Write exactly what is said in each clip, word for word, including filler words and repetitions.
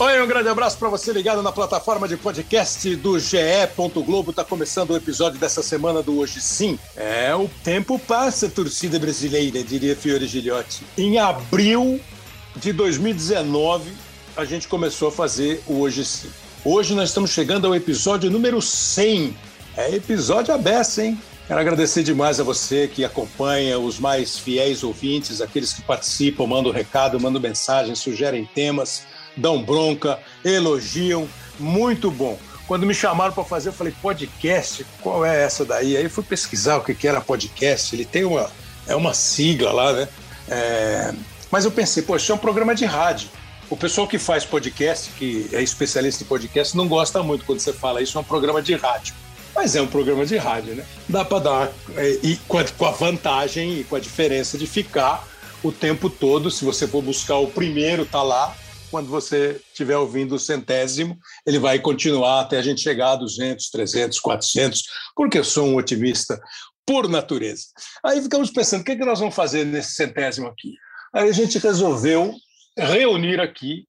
Oi, um grande abraço para você ligado na plataforma de podcast do G E. Globo. Está começando o episódio dessa semana do Hoje Sim. É, o tempo passa, torcida brasileira, diria Fiore Gilhote. Em abril de dois mil e dezenove, a gente começou a fazer o Hoje Sim. Hoje nós estamos chegando ao episódio número cem. É episódio aberto, hein? Quero agradecer demais a você que acompanha, os mais fiéis ouvintes, aqueles que participam, mandam recado, mandam mensagem, sugerem temas, dão bronca, elogiam. Muito bom. Quando me chamaram para fazer, eu falei, podcast? Qual é essa daí? Aí eu fui pesquisar o que era podcast. Ele tem uma, é uma sigla lá, né? É... Mas eu pensei, pô, isso é um programa de rádio. O pessoal que faz podcast, que é especialista em podcast, não gosta muito quando você fala isso, é um programa de rádio. Mas é um programa de rádio, né? Dá para dar, e com a, com a vantagem e com a diferença de ficar o tempo todo, se você for buscar o primeiro, tá lá, quando você estiver ouvindo o centésimo, ele vai continuar até a gente chegar a duzentos, trezentos, quatrocentos, porque eu sou um otimista por natureza. Aí ficamos pensando, o que, é que nós vamos fazer nesse centésimo aqui? Aí a gente resolveu reunir aqui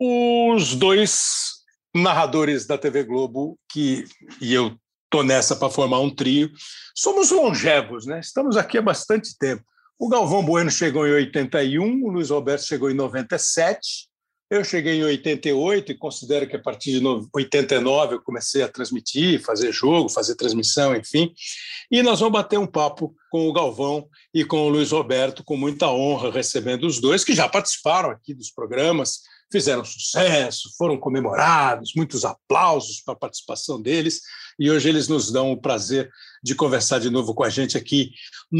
os dois narradores da T V Globo, que, e eu estou nessa para formar um trio. Somos longevos, né? Estamos aqui há bastante tempo. O Galvão Bueno chegou em oitenta e um, o Luiz Roberto chegou em noventa e sete, eu cheguei em oitenta e oito e considero que a partir de oitenta e nove eu comecei a transmitir, fazer jogo, fazer transmissão, enfim. E nós vamos bater um papo com o Galvão e com o Luiz Roberto, com muita honra, recebendo os dois, que já participaram aqui dos programas, fizeram sucesso, foram comemorados, muitos aplausos para a participação deles, e hoje eles nos dão o prazer de conversar de novo com a gente aqui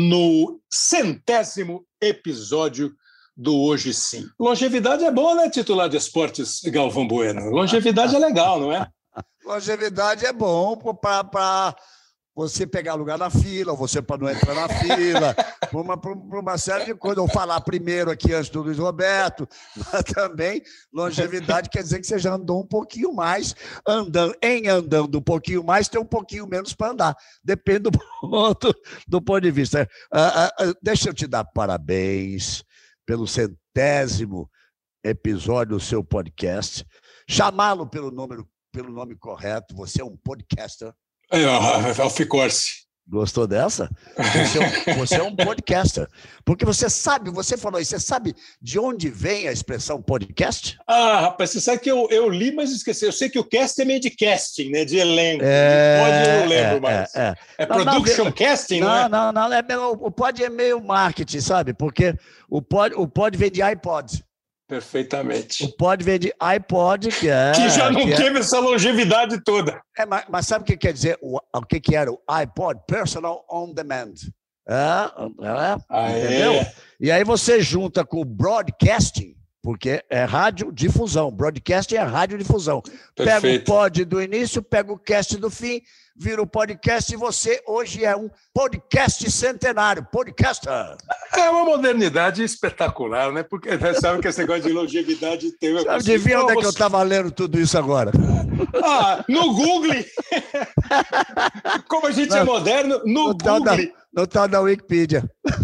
no centésimo episódio do Hoje Sim. Longevidade é boa, né, titular de esportes Galvão Bueno? Longevidade é legal, não é? Longevidade é bom para você pegar lugar na fila, você para não entrar na fila, para uma, uma série de coisas. Ou falar primeiro aqui antes do Luiz Roberto, mas também longevidade quer dizer que você já andou um pouquinho mais, andando, em andando um pouquinho mais, tem um pouquinho menos para andar. Depende do ponto, do ponto de vista. Uh, uh, uh, deixa eu te dar parabéns pelo centésimo episódio do seu podcast, chamá-lo pelo nome, pelo nome correto, você é um podcaster. É, Alficorce. Gostou dessa? Você é, um, você é um podcaster. Porque você sabe, você falou isso, você sabe de onde vem a expressão podcast? Ah, rapaz, você sabe que eu, eu li, mas esqueci. Eu sei que o cast é meio de casting, né? De elenco. É, pode, eu não lembro é, mais. É, é. é não, production não, casting, não, não é? Não, não, não. É, o pod é meio marketing, sabe? Porque o pod, o pod vem de iPod. Perfeitamente. O pod vem de iPod, que é... Que já não que teve é, essa longevidade toda. É, mas, mas sabe o que quer dizer? O, o que, que era o iPod? Personal On Demand. É, é, ah, entendeu? É. E aí você junta com o broadcasting, porque é radiodifusão. Broadcasting é radiodifusão. Pega o pod do início, pega o cast do fim, vira o podcast e você hoje é um podcast centenário, podcaster. É uma modernidade espetacular, né? Porque sabe que esse negócio de longevidade tem... Sabe, adivinha onde é que eu estava lendo tudo isso agora? Ah, no Google! Como a gente não, é moderno, no, no Google. Tal da, no tal da Wikipedia.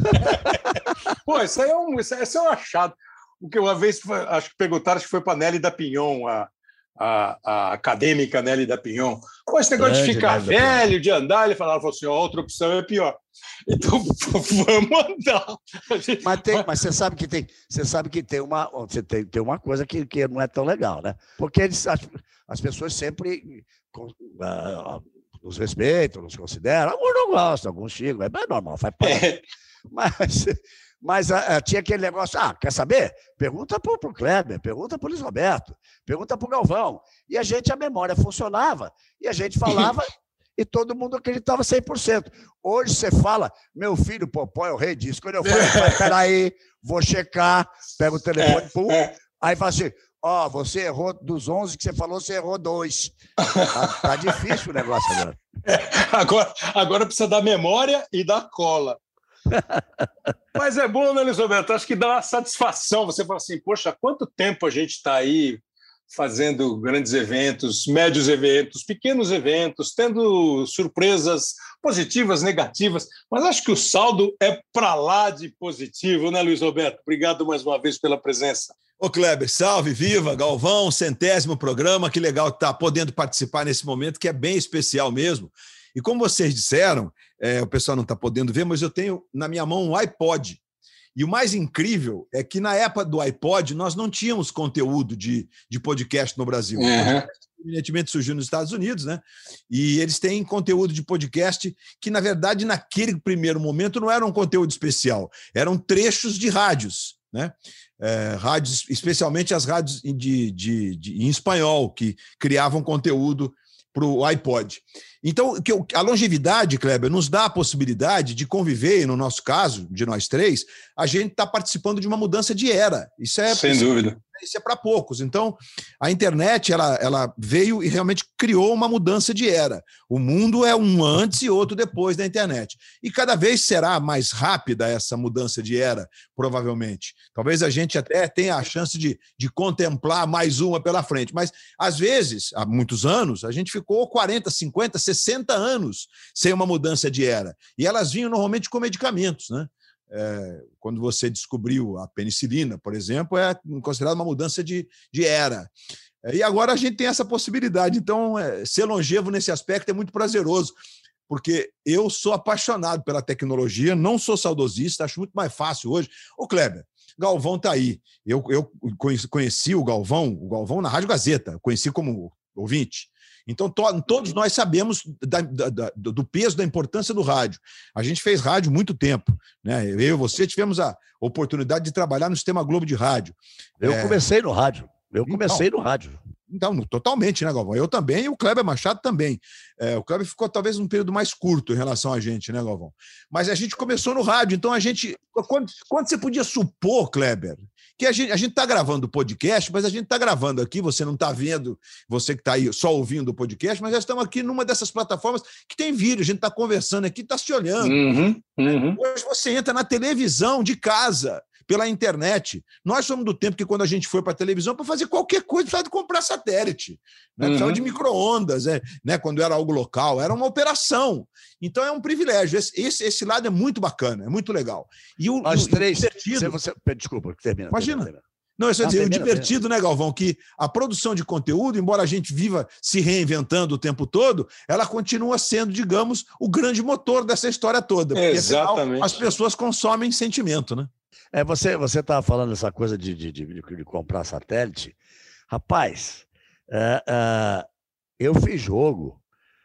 Pô, isso aí é um, isso é um achado. O que uma vez, acho que perguntaram, acho que foi para a Nelly da Pinhon, a, a, a acadêmica Nelly da Pinhon. Pô, esse negócio Grande de ficar velho, de andar, ele falava assim, ó, outra opção é pior. Então, vamos andar. Gente... Mas, tem, mas você sabe que tem, você sabe que tem uma, você tem, tem uma coisa que, que não é tão legal, né? Porque eles, as, as pessoas sempre uh, nos respeitam, nos consideram. Alguns não gostam, alguns xingam, é bem normal, faz parte. É. Mas... Mas uh, tinha aquele negócio, ah, quer saber? Pergunta para o Kleber, pergunta para o Luiz Roberto, pergunta para o Galvão. E a gente, a memória funcionava, e a gente falava, e todo mundo acreditava cem por cento. Hoje você fala, meu filho Popó é o rei disso. Quando eu falo, peraí, vou checar, pega o telefone, pum, aí fala assim, ó, oh, você errou dos onze que você falou, você errou dois. Tá, tá difícil o negócio agora. É, agora. Agora precisa da memória e da cola. Mas é bom, né, Luiz Roberto? Acho que dá uma satisfação. Você fala assim, poxa, há quanto tempo a gente está aí fazendo grandes eventos, médios eventos, pequenos eventos, tendo surpresas positivas, negativas, mas acho que o saldo é para lá de positivo, né, Luiz Roberto? Obrigado mais uma vez pela presença. Ô Kleber, salve, viva, Galvão, centésimo programa, que legal estar podendo participar nesse momento, que é bem especial mesmo. E como vocês disseram, é, o pessoal não está podendo ver, mas eu tenho na minha mão um iPod. E o mais incrível é que na época do iPod nós não tínhamos conteúdo de, de podcast no Brasil. Uhum. O podcast evidentemente surgiu nos Estados Unidos, né? E eles têm conteúdo de podcast que, na verdade, naquele primeiro momento não era um conteúdo especial, eram trechos de rádios, né? É, rádios, especialmente as rádios de, de, de, em espanhol, que criavam conteúdo para o iPod. Então, a longevidade, Kleber, nos dá a possibilidade de conviver, e no nosso caso, de nós três, a gente está participando de uma mudança de era. Isso é, sem dúvida. Isso é para poucos. Então, a internet ela, ela veio e realmente criou uma mudança de era. O mundo é um antes e outro depois da internet. E cada vez será mais rápida essa mudança de era, provavelmente. Talvez a gente até tenha a chance de, de contemplar mais uma pela frente. Mas, às vezes, há muitos anos, a gente ficou quarenta, cinquenta, sessenta anos sem uma mudança de era. E elas vinham normalmente com medicamentos, né? É, quando você descobriu a penicilina, por exemplo, é considerada uma mudança de, de era. É, e agora a gente tem essa possibilidade. Então, é, ser longevo nesse aspecto é muito prazeroso, porque eu sou apaixonado pela tecnologia, não sou saudosista, acho muito mais fácil hoje. Ô, Kleber, Galvão está aí. Eu, eu conheci, conheci o Galvão, o Galvão na Rádio Gazeta, conheci como ouvinte. Então, to, todos nós sabemos da, da, da, do peso, da importância do rádio. A gente fez rádio muito tempo, né? Eu e você tivemos a oportunidade de trabalhar no Sistema Globo de Rádio. Eu é... comecei no rádio. Eu comecei então, no rádio. Então, totalmente, né, Galvão? Eu também e o Kleber Machado também. É, o Kleber ficou talvez um período mais curto em relação a gente, né, Galvão? Mas a gente começou no rádio, então a gente... Quando, quando você podia supor, Kleber, que a gente a está gravando o podcast, mas a gente está gravando aqui, você não está vendo, você que está aí só ouvindo o podcast, mas já estamos aqui numa dessas plataformas que tem vídeo, a gente está conversando aqui, está se olhando. Uhum, uhum. Hoje você entra na televisão de casa, pela internet. Nós somos do tempo que, quando a gente foi para a televisão, para fazer qualquer coisa, precisava de comprar satélite, né? Precisava uhum. de micro-ondas, é, né? Quando era algo local, era uma operação. Então, é um privilégio. Esse, esse, esse lado é muito bacana, é muito legal. E o, Nós o, três... o divertido... Você, desculpa, termina. Imagina. Termina, termina. Não, isso é ah, dizer, termina, o divertido, termina. né, Galvão, que a produção de conteúdo, embora a gente viva se reinventando o tempo todo, ela continua sendo, digamos, o grande motor dessa história toda. Porque, exatamente. Afinal, as pessoas consomem sentimento, né? É, você você estava falando essa coisa de, de, de, de comprar satélite. Rapaz, é, é, eu fiz jogo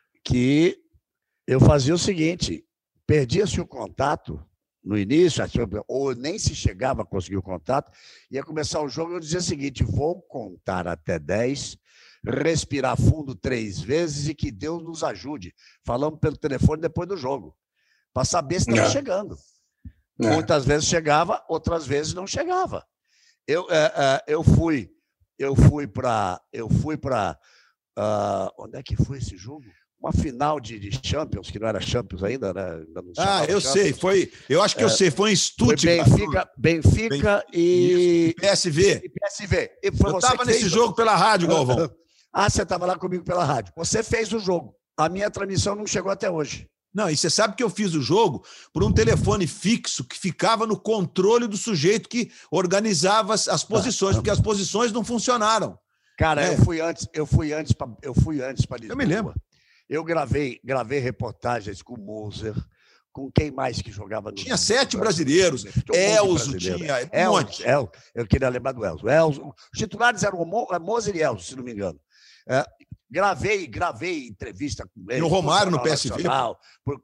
que eu fazia o seguinte, perdia-se o contato no início, ou nem se chegava a conseguir o contato, ia começar o jogo e eu dizia o seguinte, vou contar até dez, respirar fundo três vezes e que Deus nos ajude. Falamos pelo telefone depois do jogo, para saber se estava chegando. É. Muitas vezes chegava, outras vezes não chegava. Eu, é, é, eu fui, eu fui para, eu fui para, uh, onde é que foi esse jogo? Uma final de, de Champions, que não era Champions ainda, né? Ainda não ah, eu Champions. sei, foi, eu acho que é, eu sei, foi em Stuttgart. Benfica, Benfica Ben, e... e P S V. E P S V. E foi eu estava nesse fez, jogo pela rádio, Galvão. Ah, você estava lá comigo pela rádio. Você fez o jogo. A minha transmissão não chegou até hoje. Não, e você sabe que eu fiz o jogo por um telefone fixo que ficava no controle do sujeito que organizava as, as posições, porque as posições não funcionaram. Cara, é. eu fui antes, eu fui antes para eu fui antes para Lisboa. Eu me lembro. Eu gravei, gravei reportagens com o Moser, com quem mais que jogava no Tinha sete brasileiros. Um Elzo tinha. Um Elzo, Elzo, eu queria lembrar do Elzo. Elzo. Os titulares eram o Moser e Elzo, se não me engano. É, Gravei, gravei entrevista com ele. E o Romário no P S V. Por,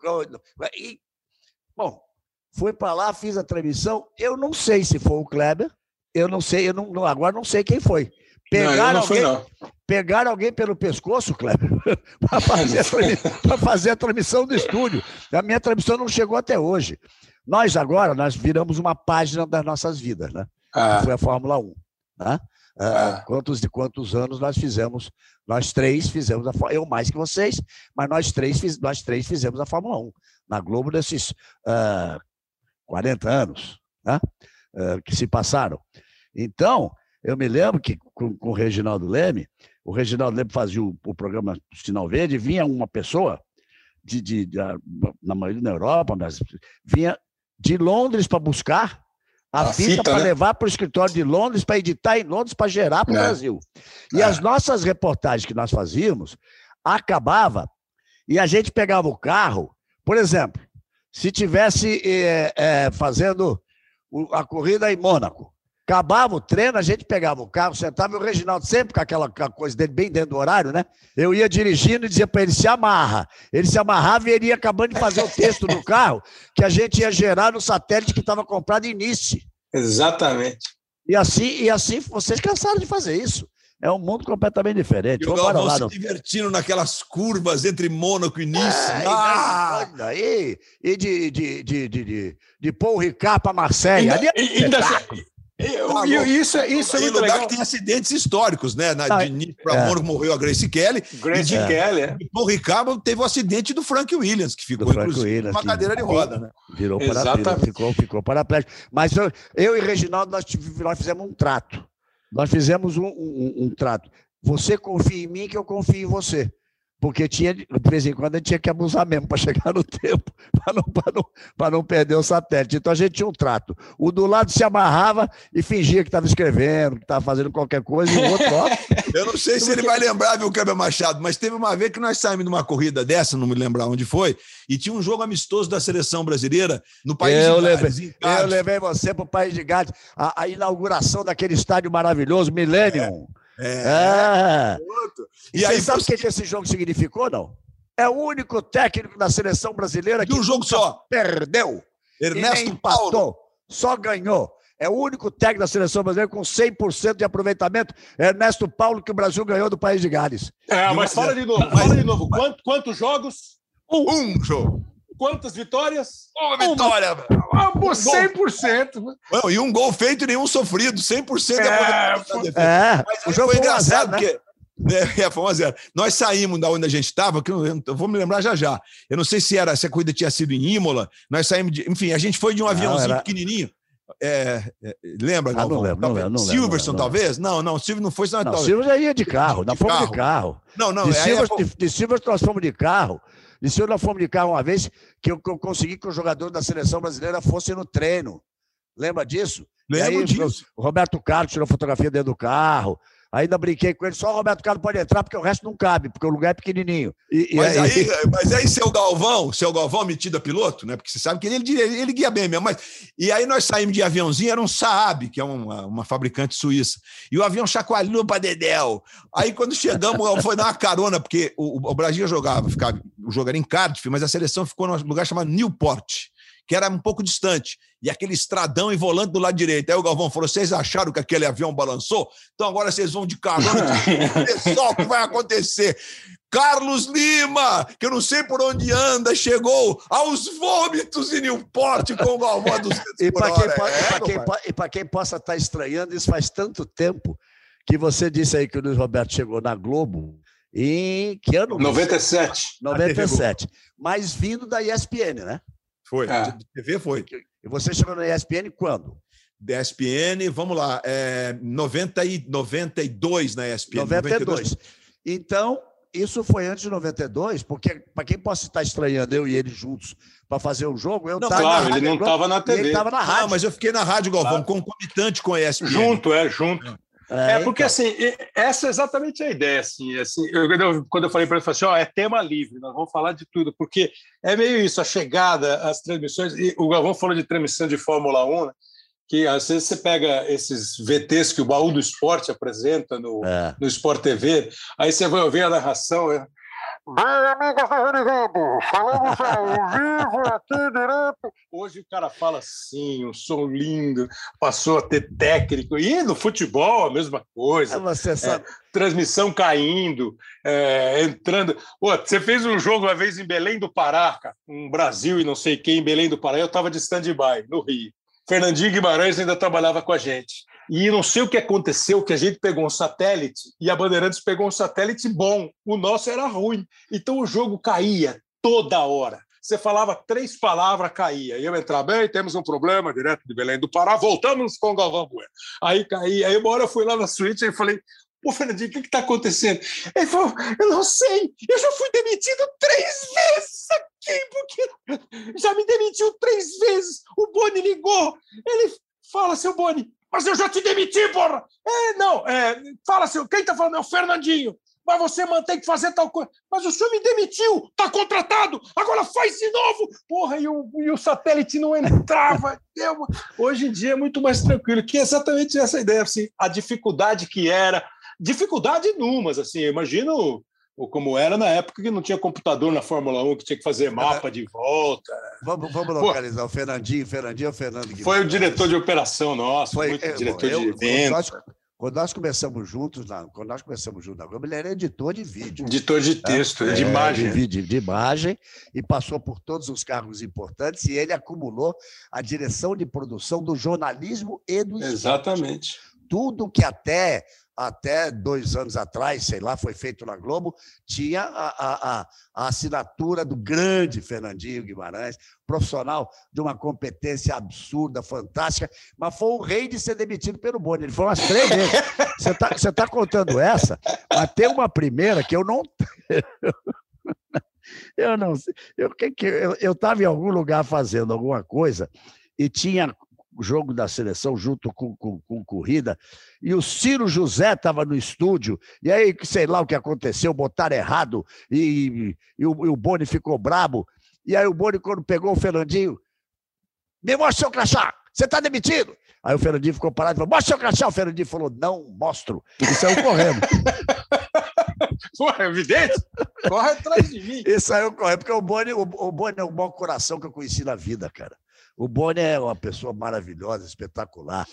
e, bom, fui para lá, fiz a transmissão. Eu não sei se foi o Kleber. Eu não sei, eu não, agora não sei quem foi. Pegaram, não, não alguém, fui, pegaram alguém pelo pescoço, Kleber, para fazer, fazer a transmissão do estúdio. A minha transmissão não chegou até hoje. Nós agora, nós viramos uma página das nossas vidas, né? Ah. Foi a Fórmula um, né? Ah, quantos de quantos anos nós fizemos, nós três fizemos, a, eu mais que vocês, mas nós três, fiz, nós três fizemos a Fórmula um, na Globo desses uh, quarenta anos, né? uh, que se passaram. Então, eu me lembro que com, com o Reginaldo Leme, o Reginaldo Leme fazia o, o programa Sinal Verde, vinha uma pessoa de, de, de, na maioria da Europa, mas vinha de Londres para buscar a, a fita, fita para né? levar para o escritório de Londres, para editar em Londres, para gerar para o é. Brasil. E é. as nossas reportagens que nós fazíamos, acabava, e a gente pegava o carro, por exemplo, se tivesse é, é, fazendo a corrida em Mônaco, acabava o treino, a gente pegava o carro, sentava e o Reginaldo, sempre com aquela coisa dele bem dentro do horário, né? Eu ia dirigindo e dizia para ele, se amarra. Ele se amarrava e ele ia acabando de fazer o texto no carro que a gente ia gerar no satélite que estava comprado em Nice. Exatamente. E assim, e assim, vocês cansaram de fazer isso. É um mundo completamente diferente. E o Galvão se divertindo naquelas curvas entre Mônaco e Nice. É, ah! e, daí, e de, de, de, de, de, de Paul Ricard para Marseille. Ali é espetáculo. Eu, eu, isso é, isso é muito lugar legal. Que tem acidentes históricos, né? Na, ah, de Nice para é. Mônaco morreu a Grace Kelly. Grace e de, Kelly, é. E Paul Ricard teve o acidente do Frank Williams, que ficou Williams, uma cadeira de roda, né? Virou paraplégico, ficou, ficou paraplégico. Mas eu, eu e Reginaldo, nós, nós fizemos um trato. Nós fizemos um, um, um trato. Você confia em mim que eu confio em você. Porque tinha, de vez em quando a gente tinha que abusar mesmo para chegar no tempo, para não, não, não perder o satélite. Então a gente tinha um trato. O do lado se amarrava e fingia que estava escrevendo, que estava fazendo qualquer coisa, e o outro, ó. Eu não sei se ele vai lembrar, viu, Kleber Machado, mas teve uma vez que nós saímos de uma corrida dessa, não me lembrar onde foi, e tinha um jogo amistoso da seleção brasileira no País eu de Gales. Levei, eu levei você para o País de Gales, a, a inauguração daquele estádio maravilhoso, Millennium. É. É. é. E, e aí, sabe o você... que esse jogo significou, não? É o único técnico da seleção brasileira que um jogo só perdeu. Ernesto empatou, Paulo. Só ganhou. É o único técnico da seleção brasileira com cem por cento de aproveitamento. Ernesto Paulo, que o Brasil ganhou do País de Gales. É, mas fala de novo. Fala de novo. Quantos, quantos jogos? Um. um jogo. Quantas vitórias? Uma vitória. Uma, cem por cento. Não, e um gol feito e nenhum sofrido. cem por cento de aproveitamento. É, o jogo foi engraçado, né? Porque... É, foi um a zero. Nós saímos da onde a gente estava, que eu, eu vou me lembrar já já. Eu não sei se era se a corrida tinha sido em Imola. Nós saímos de. Enfim, a gente foi de um aviãozinho era... pequenininho. É, é, lembra, ah, não lembro, não lembro, não Silverson, não talvez? Não, não, Silverson não foi. Não, não Silverson já ia de carro, nós fomos de carro. Não, não, de, é, Silverson, é... de, de Silverson nós fomos de carro. De Silverson nós fomos de carro uma vez que eu, que eu consegui que o jogador da seleção brasileira fosse no treino. Lembra disso? Lembro aí, disso. O Roberto Carlos tirou fotografia dentro do carro. Ainda brinquei com ele, só o Roberto Carlos pode entrar, porque o resto não cabe, porque o lugar é pequenininho. E, mas, e aí, aí, mas aí, seu Galvão, seu Galvão metido a piloto, né? Porque você sabe que ele, ele, ele guia bem mesmo. Mas, e aí nós saímos de aviãozinho, era um Saab, que é uma, uma fabricante suíça. E o avião chacoalhou para dedéu. Aí quando chegamos, foi dar uma carona, porque o, o Brasil jogava, ficava, o jogo era em Cardiff, mas a seleção ficou num lugar chamado Newport, que era um pouco distante, e aquele estradão e volante do lado direito. Aí o Galvão falou, vocês acharam que aquele avião balançou? Então agora vocês vão de carona, só o que vai acontecer. Carlos Lima, que eu não sei por onde anda, chegou aos vômitos em Newport com o Galvão a duzentos E por para hora. quem, é, quem, quem possa estar estranhando, isso faz tanto tempo que você disse aí que o Luiz Roberto chegou na Globo em que ano? noventa e sete. noventa e sete. Mas vindo da E S P N, né? Foi, é. T V foi. E você chegou na E S P N quando? Da E S P N, vamos lá, é noventa e, noventa e dois na E S P N. noventa e dois. Então, isso foi antes de noventa e dois, porque, para quem possa estar estranhando, eu e ele juntos para fazer o jogo, eu estava claro, na ele não estava na T V. Ele estava na rádio. Não, mas eu fiquei na rádio, Galvão, claro. Concomitante com a E S P N. Junto, é, junto. É, é porque, então. assim, essa é exatamente a ideia, assim, assim eu, quando eu falei para ele, eu falei assim, ó, é tema livre, nós vamos falar de tudo, porque é meio isso, a chegada, as transmissões, e o Galvão falou de transmissão de Fórmula um, né, que às vezes você pega esses V Tês que o Baú do Esporte apresenta no, é. no Sport T V, aí você vai ouvir a narração, é, bem, amigos da Rede Globo, falamos ao vivo aqui direto. Hoje o cara fala assim, um som lindo, passou a ter técnico. E no futebol, a mesma coisa. Você sabe. É, transmissão caindo, é, entrando. Pô, você fez um jogo uma vez em Belém do Pará, cara, um Brasil e não sei quem em Belém do Pará. Eu estava de stand-by no Rio. Fernandinho Guimarães ainda trabalhava com a gente. E não sei o que aconteceu, que a gente pegou um satélite e a Bandeirantes pegou um satélite bom. O nosso era ruim. Então o jogo caía toda hora. Você falava três palavras, caía. E eu entrava, bem, temos um problema direto de Belém do Pará, voltamos com o Galvão Bueno. Aí caía. Aí uma hora eu fui lá na suíte e falei, Pô, Fernandinho, o que está acontecendo? Ele falou, eu não sei, eu já fui demitido três vezes aqui, porque já me demitiu três vezes. O Boni ligou, ele fala, seu Boni, mas eu já te demiti, porra! É, não, é, fala, seu, quem está falando é o Fernandinho. Mas você mantém que fazer tal coisa. Mas o senhor me demitiu, está contratado, agora faz de novo. Porra, e o, e o satélite não entrava. Eu, hoje em dia é muito mais tranquilo, que é exatamente essa ideia, assim, a dificuldade que era, dificuldade numas, assim, eu imagino como era na época que não tinha computador na Fórmula um, que tinha que fazer mapa de volta. Vamos, vamos localizar Pô, o Fernandinho, Fernandinho é o Fernando Guimarães. Foi o diretor de operação nosso, foi muito eu, diretor eu, de evento. Nós, Quando nós começamos juntos, na, quando nós começamos juntos na Globo, ele era editor de vídeo. Editor de texto, né? de é, imagem. De, de, de imagem, e passou por todos os cargos importantes, e ele acumulou a direção de produção do jornalismo e do esporte. Exatamente. Tudo que até, até dois anos atrás, sei lá, foi feito na Globo, tinha a, a, a, a assinatura do grande Fernandinho Guimarães, profissional de uma competência absurda, fantástica, mas foi o rei de ser demitido pelo Boni. Ele foi umas três vezes. Você está você tá contando essa, mas tem uma primeira que eu não... eu não sei. Eu estava em algum lugar fazendo alguma coisa e tinha o jogo da seleção junto com, com, com corrida, e o Ciro José estava no estúdio, e aí, sei lá o que aconteceu, botaram errado, e, e, o, e o Boni ficou brabo, e aí o Boni, quando pegou o Fernandinho, me mostra seu crachá, você está demitido. Aí o Fernandinho ficou parado e falou, mostra seu crachá. O Fernandinho falou, não mostro, e saiu correndo. Pô, é evidente, corre atrás de mim. E saiu correndo, porque o Boni, o, o Boni é o maior coração que eu conheci na vida, cara. O Boni é uma pessoa maravilhosa, espetacular.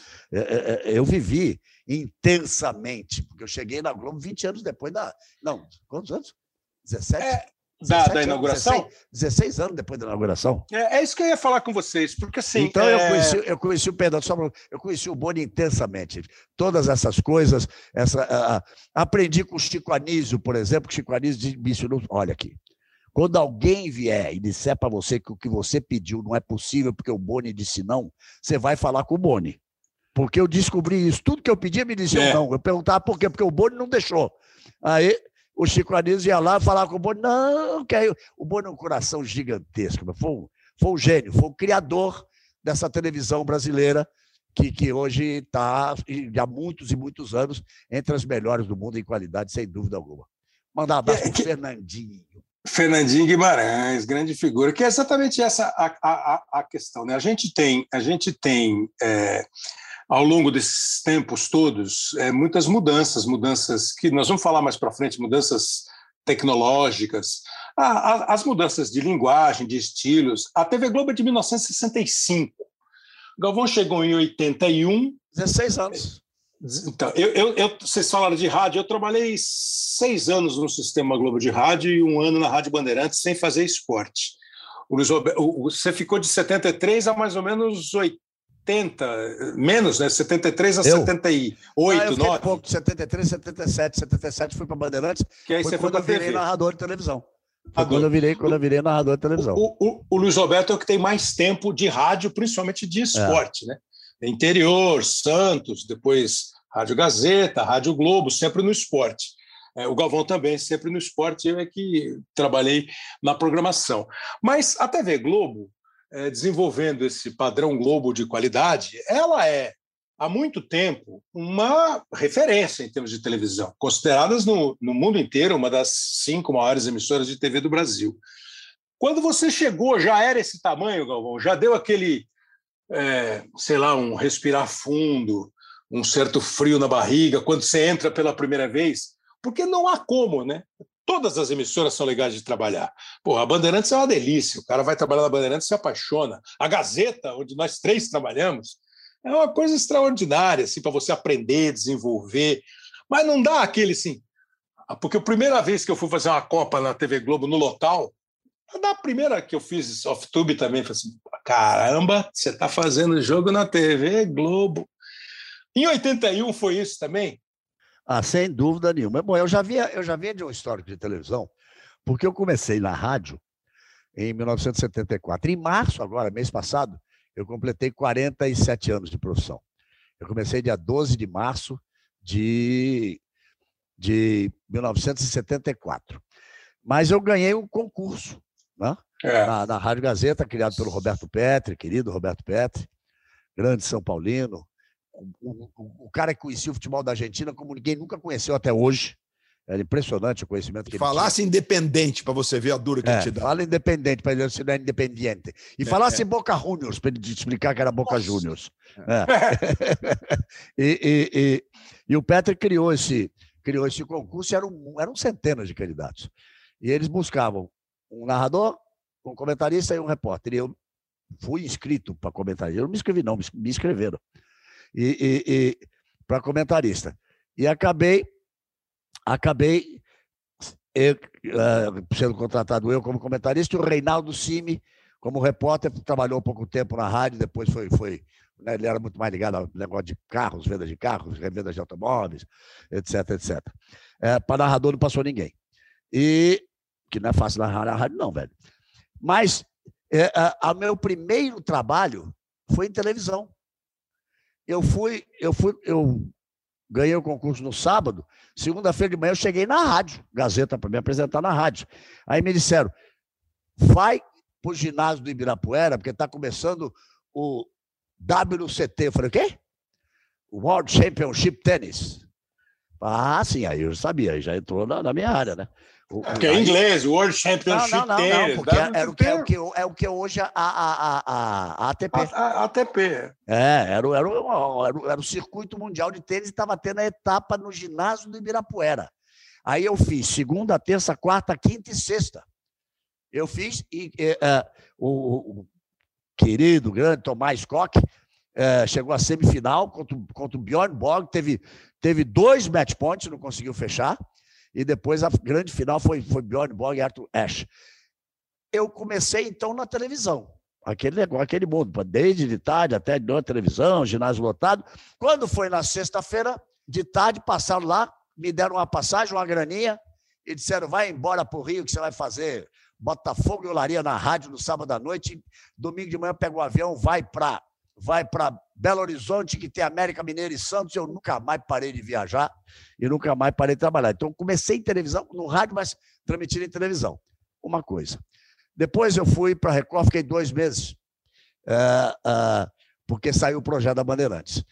Eu vivi intensamente, porque eu cheguei na Globo vinte anos depois da... Não, quantos anos? dezessete? É, da, da inauguração? dezesseis, dezesseis anos depois da inauguração. É, é isso que eu ia falar com vocês, porque assim... Então é... eu, conheci, eu conheci o Pedro, só eu conheci o Boni intensamente. Todas essas coisas, essa, uh, aprendi com o Chico Anísio, por exemplo, que o Chico Anísio me ensinou, olha aqui, quando alguém vier e disser para você que o que você pediu não é possível porque o Boni disse não, você vai falar com o Boni. Porque eu descobri isso. Tudo que eu pedia me diziam é. não. Eu perguntava por quê? Porque o Boni não deixou. Aí o Chico Anísio ia lá e falava com o Boni, não, que aí... O Boni é um coração gigantesco. Foi um, foi um gênio, foi o criador dessa televisão brasileira que, que hoje está, há muitos e muitos anos, entre as melhores do mundo em qualidade, sem dúvida alguma. Mandar um abraço é, para o que... Fernandinho. Fernandinho Guimarães, grande figura, que é exatamente essa a, a, a questão, né? A gente tem, a gente tem é, ao longo desses tempos todos, é, muitas mudanças, mudanças que nós vamos falar mais para frente, mudanças tecnológicas, a, a, as mudanças de linguagem, de estilos. A T V Globo é de mil novecentos e sessenta e cinco. Galvão chegou em oitenta e um. dezesseis anos. Então, eu, eu, eu, vocês falaram de rádio, eu trabalhei seis anos no Sistema Globo de Rádio e um ano na Rádio Bandeirantes sem fazer esporte. O Luiz Roberto, o, você ficou de setenta e três a mais ou menos oitenta, menos, né? setenta e três a eu? setenta e oito, ah, eu fiquei pouco, setenta e três, setenta e sete, setenta e sete fui para Bandeirantes, que aí foi você quando foi eu virei T V. Narrador de televisão. Foi quando eu virei, quando eu virei narrador de televisão. O, o, o Luiz Roberto é o que tem mais tempo de rádio, principalmente de esporte, é. né? Interior, Santos, depois Rádio Gazeta, Rádio Globo, sempre no esporte. É, o Galvão também, sempre no esporte, eu é que trabalhei na programação. Mas a T V Globo, é, desenvolvendo esse padrão Globo de qualidade, ela é, há muito tempo, uma referência em termos de televisão, consideradas no, no mundo inteiro uma das cinco maiores emissoras de T V do Brasil. Quando você chegou, já era esse tamanho, Galvão? Já deu aquele... É, sei lá, um respirar fundo, um certo frio na barriga, quando você entra pela primeira vez, porque não há como, né? Todas as emissoras são legais de trabalhar. Pô, a Bandeirantes é uma delícia, o cara vai trabalhar na Bandeirantes e se apaixona. A Gazeta, onde nós três trabalhamos, é uma coisa extraordinária, assim, para você aprender, desenvolver, mas não dá aquele, assim... Porque a primeira vez que eu fui fazer uma Copa na T V Globo, no local, da primeira que eu fiz off-tube também, falei assim, caramba, você está fazendo jogo na T V Globo. Em oitenta e um foi isso também? Ah, sem dúvida nenhuma. Bom, eu já via, eu já via de um histórico de televisão, porque eu comecei na rádio em mil novecentos e setenta e quatro. Em março, agora, mês passado, eu completei quarenta e sete anos de profissão. Eu comecei dia doze de março de de mil novecentos e setenta e quatro. Mas eu ganhei um concurso, né? É. Na, na Rádio Gazeta, criado pelo Roberto Petri, querido Roberto Petri, grande São Paulino, o, o, o cara que conhecia o futebol da Argentina como ninguém nunca conheceu até hoje. Era impressionante o conhecimento que ele falasse tinha. Independente, para você ver a dura que é, ele te dá. Fala Independente, para ele ensinar Independiente. E é, falasse é. Boca Juniors, para ele te explicar que era Boca Nossa. Juniors. É. e, e, e, e o Petri criou esse, criou esse concurso, e eram, eram centenas de candidatos. E eles buscavam um narrador, um comentarista e um repórter. E eu fui inscrito para comentarista. Eu não me inscrevi, não, me inscreveram. E, e, e para comentarista. E acabei, acabei eu, uh, sendo contratado eu como comentarista, e o Reinaldo Cime como repórter, trabalhou um pouco tempo na rádio, depois foi... foi né, ele era muito mais ligado ao negócio de carros, vendas de carros, revendas de automóveis, etc, etcétera. É, para narrador não passou ninguém. E que não é fácil narrar na rádio, não, velho. Mas é, a, a meu primeiro trabalho foi em televisão. Eu fui, eu fui, eu ganhei o concurso no sábado, segunda-feira de manhã eu cheguei na rádio, Gazeta, para me apresentar na rádio. Aí me disseram, vai para o ginásio do Ibirapuera, porque está começando o W C T. Eu falei, o quê? World Championship Tennis. Ah, sim, aí eu sabia, já entrou na, na minha área, né? O, porque é inglês, World Championship não, não, não, Tennis. Não, porque era o que, é, o que, é o que hoje a, a, a, a ATP. A, a, a ATP. É, era, era, era, era o circuito mundial de tênis e estava tendo a etapa no ginásio do Ibirapuera. Aí eu fiz segunda, terça, quarta, quinta e sexta. Eu fiz e uh, o, o querido, grande Tomás Koch uh, chegou à semifinal contra, contra o Bjorn Borg, teve, teve dois match points, não conseguiu fechar. E depois a grande final foi, foi Bjorn Borg e Arthur Ashe. Eu comecei, então, na televisão. Aquele negócio, aquele mundo, desde de tarde até de noite, televisão, ginásio lotado. Quando foi na sexta-feira, de tarde, passaram lá, me deram uma passagem, uma graninha, e disseram, vai embora para o Rio, que você vai fazer Botafogo e Olaria na rádio no sábado à noite. Domingo de manhã pega o avião, vai para vai para Belo Horizonte, que tem América Mineiro e Santos. Eu nunca mais parei de viajar e nunca mais parei de trabalhar. Então, comecei em televisão, no rádio, mas transmitindo em televisão. Uma coisa. Depois eu fui para a Record, fiquei dois meses, uh, uh, porque saiu o projeto da Bandeirantes.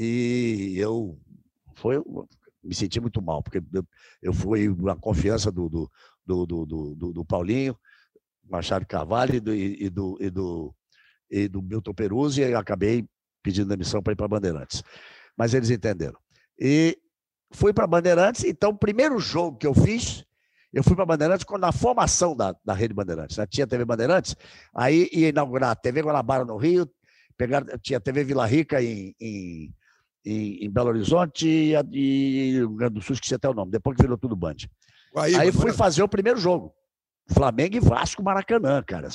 E eu, foi, eu me senti muito mal, porque eu, eu fui na confiança do, do, do, do, do, do Paulinho, Machado Carvalho e do... E do, e do e do Milton Peruzzi, e acabei pedindo demissão para ir para a Bandeirantes. Mas eles entenderam. E fui para a Bandeirantes, então o primeiro jogo que eu fiz, eu fui para a Bandeirantes quando na formação da, da Rede Bandeirantes. Né? Tinha T V Bandeirantes, aí ia inaugurar a T V Guanabara no Rio, pegar, tinha T V Vila Rica em, em, em, em Belo Horizonte e, e Rio Grande do Sul, esqueci até o nome, depois que virou tudo Band. Aí, aí fui fazer o primeiro jogo, Flamengo e Vasco Maracanã, cara.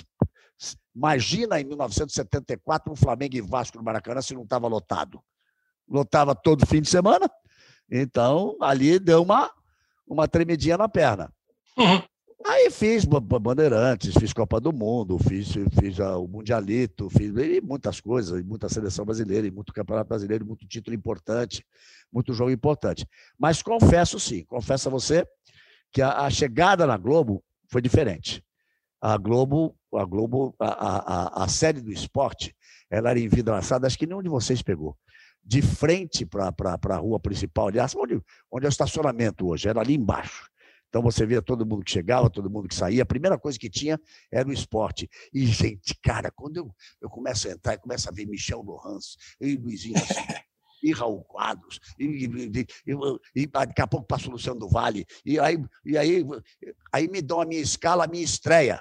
Imagina em mil novecentos e setenta e quatro um Flamengo e Vasco no Maracanã se não estava lotado. Lotava todo fim de semana. Então, ali deu uma, uma tremidinha na perna. Uhum. Aí fiz Bandeirantes, fiz Copa do Mundo, fiz, fiz o Mundialito, fiz e muitas coisas, e muita seleção brasileira, e muito campeonato brasileiro, muito título importante, muito jogo importante. Mas confesso sim, confesso a você que a, a chegada na Globo foi diferente. A Globo, a, Globo a, a, a série do esporte, ela era envidraçada, acho que nenhum de vocês pegou, de frente para a rua principal, aliás, onde, onde é o estacionamento hoje, era ali embaixo. Então você via todo mundo que chegava, todo mundo que saía, a primeira coisa que tinha era o esporte. E, gente, cara, quando eu, eu começo a entrar, eu começo a ver Michel Lohans, e Luizinho assim, e Raul Quadros, e, e, e, e daqui a pouco passa o Luciano do Vale, e aí, e aí, aí me dão a minha escala, a minha estreia.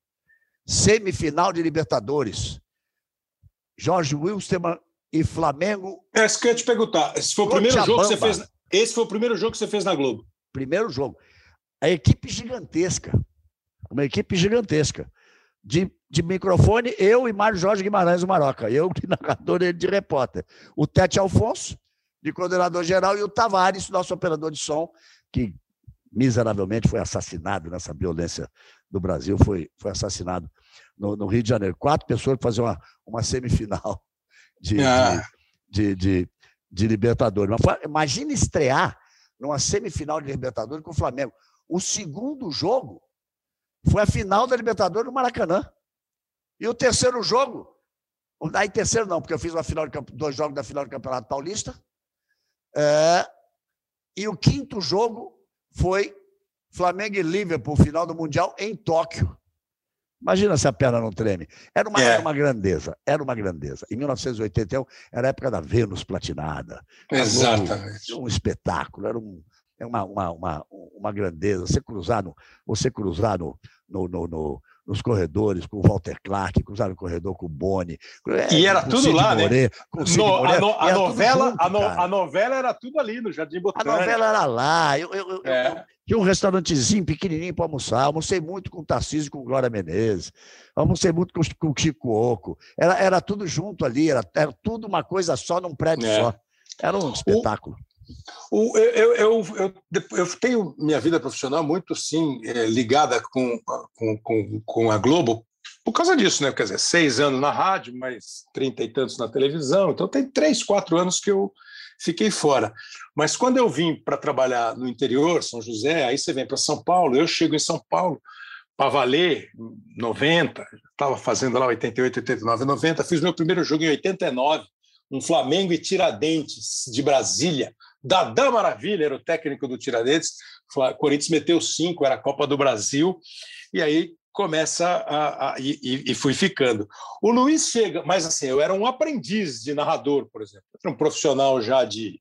Semifinal de Libertadores. Jorge Wilstermann e Flamengo. É isso que eu ia te perguntar. Esse foi o primeiro jogo que você fez. Esse foi o primeiro jogo que você fez na Globo. Primeiro jogo. A equipe gigantesca. Uma equipe gigantesca. De, de microfone, eu e Mário Jorge Guimarães, o Maroca. Eu de narrador e ele de repórter. O Tete Alfonso, de coordenador geral, e o Tavares, nosso operador de som, que miseravelmente foi assassinado nessa violência do Brasil, foi, foi assassinado no, no Rio de Janeiro. Quatro pessoas para fazer uma, uma semifinal de, ah. de, de, de, de Libertadores. Mas foi, imagina estrear numa semifinal de Libertadores com o Flamengo. O segundo jogo foi a final da Libertadores no Maracanã. E o terceiro jogo, aí terceiro não, porque eu fiz uma final de, dois jogos da final do Campeonato Paulista, é, e o quinto jogo foi Flamengo e Liverpool, final do Mundial em Tóquio. Imagina se a perna não treme. Era uma, é. era uma grandeza, era uma grandeza. Em mil novecentos e oitenta e um, era a época da Vênus platinada. Exatamente. Um, um espetáculo, era um, uma, uma, uma, uma grandeza. Você cruzar, no, você cruzar no, no, no, no, nos corredores com o Walter Clark, cruzar no corredor com o Boni. E era tudo lá, Moré, né? Com o no, a, no, a, novela, junto, a, no, a novela era tudo ali, no Jardim Botânico. A novela era lá. Eu, eu, é. eu, eu, tinha um restaurantezinho pequenininho para almoçar. Almocei muito com o Tarcísio e com Glória Menezes. Almocei muito com, com o Chico Oco. Era, era tudo junto ali. Era, era tudo uma coisa só, num prédio é. só. Era um espetáculo. O, o, eu, eu, eu, eu tenho minha vida profissional muito, sim, ligada com, com, com, com a Globo por causa disso, né? Quer dizer, seis anos na rádio, mais trinta e tantos na televisão. Então, tem três, quatro anos que eu fiquei fora. Mas quando eu vim para trabalhar no interior, São José, aí você vem para São Paulo, eu chego em São Paulo para valer, noventa, estava fazendo lá oitenta e oito, oitenta e nove, noventa, fiz meu primeiro jogo em oitenta e nove, um Flamengo e Tiradentes de Brasília. Dadá Maravilha era o técnico do Tiradentes, o Corinthians meteu cinco, era a Copa do Brasil, e aí começa a, a e, e fui ficando. O Luiz chega, mas assim, eu era um aprendiz de narrador, por exemplo. Eu era um profissional já de,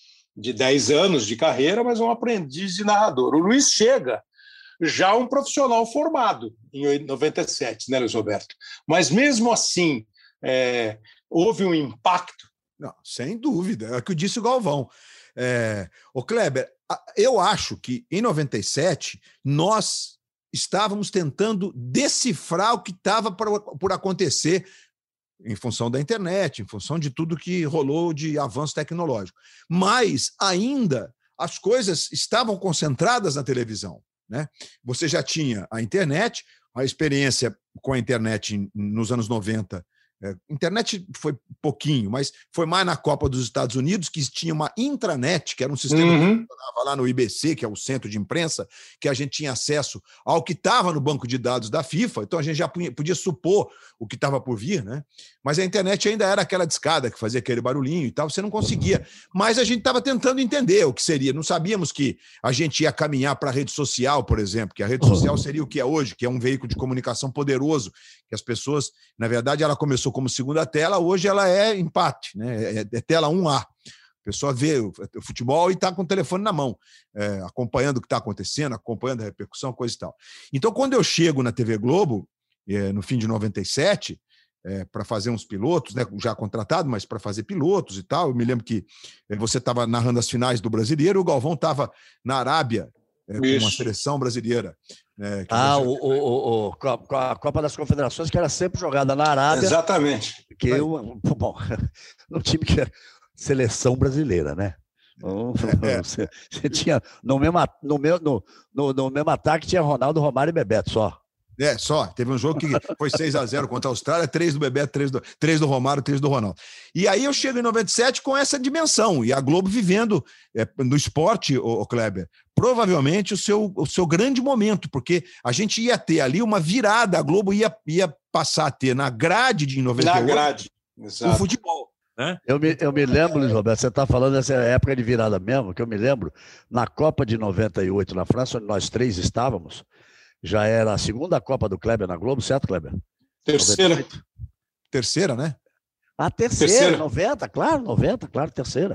de dez anos de carreira, mas um aprendiz de narrador. O Luiz chega já um profissional formado em noventa e sete, né, Luiz Roberto? Mas mesmo assim, é, houve um impacto. Não, sem dúvida, é o que eu disse o Galvão. É, ô Kleber, eu acho que em noventa e sete nós estávamos tentando decifrar o que estava por acontecer em função da internet, em função de tudo que rolou de avanço tecnológico. Mas ainda as coisas estavam concentradas na televisão, né? Você já tinha a internet, a experiência com a internet nos anos noventa. É, internet foi pouquinho, mas foi mais na Copa dos Estados Unidos, que tinha uma intranet, que era um sistema uhum. que funcionava lá no I B C, que é o centro de imprensa, que a gente tinha acesso ao que estava no banco de dados da FIFA, então a gente já podia supor o que estava por vir, né? Mas a internet ainda era aquela discada que fazia aquele barulhinho e tal, você não conseguia. Mas a gente estava tentando entender o que seria. Não sabíamos que a gente ia caminhar para a rede social, por exemplo, que a rede social seria o que é hoje, que é um veículo de comunicação poderoso, que as pessoas, na verdade, ela começou como segunda tela, hoje ela é empate, né? É, é tela um A. A pessoa vê o, o futebol e está com o telefone na mão, é, acompanhando o que está acontecendo, acompanhando a repercussão, coisa e tal. Então, quando eu chego na T V Globo, é, no fim de noventa e sete, é, para fazer uns pilotos, né, já contratado, mas para fazer pilotos e tal, eu me lembro que é, você estava narrando as finais do Brasileiro, o Galvão estava na Arábia, é, com uma seleção brasileira. É, ah, o, o, o, a Copa das Confederações, que era sempre jogada na Arábia. Exatamente. Que eu, bom, no time que era seleção brasileira, né? Então, é. você, você tinha, no mesmo, no, meu, no, no, no mesmo ataque tinha Ronaldo, Romário e Bebeto só. É, só. Teve um jogo que foi seis a zero contra a Austrália, três do Bebeto, três do, três do Romário, três do Ronaldo. E aí eu chego em noventa e sete com essa dimensão, e a Globo vivendo é, no esporte, o, o Kleber, provavelmente o seu, o seu grande momento, porque a gente ia ter ali uma virada, a Globo ia, ia passar a ter na grade de noventa e oito na grade, o futebol. Né? Eu, me, eu me lembro, Luiz Roberto, você está falando dessa época de virada mesmo, que eu me lembro, na Copa de noventa e oito na França, onde nós três estávamos, já era a segunda Copa do Kleber na Globo, certo, Kleber? Terceira. noventa e oito. Terceira, né? A terceira, terceira, noventa, claro, noventa, claro, terceira.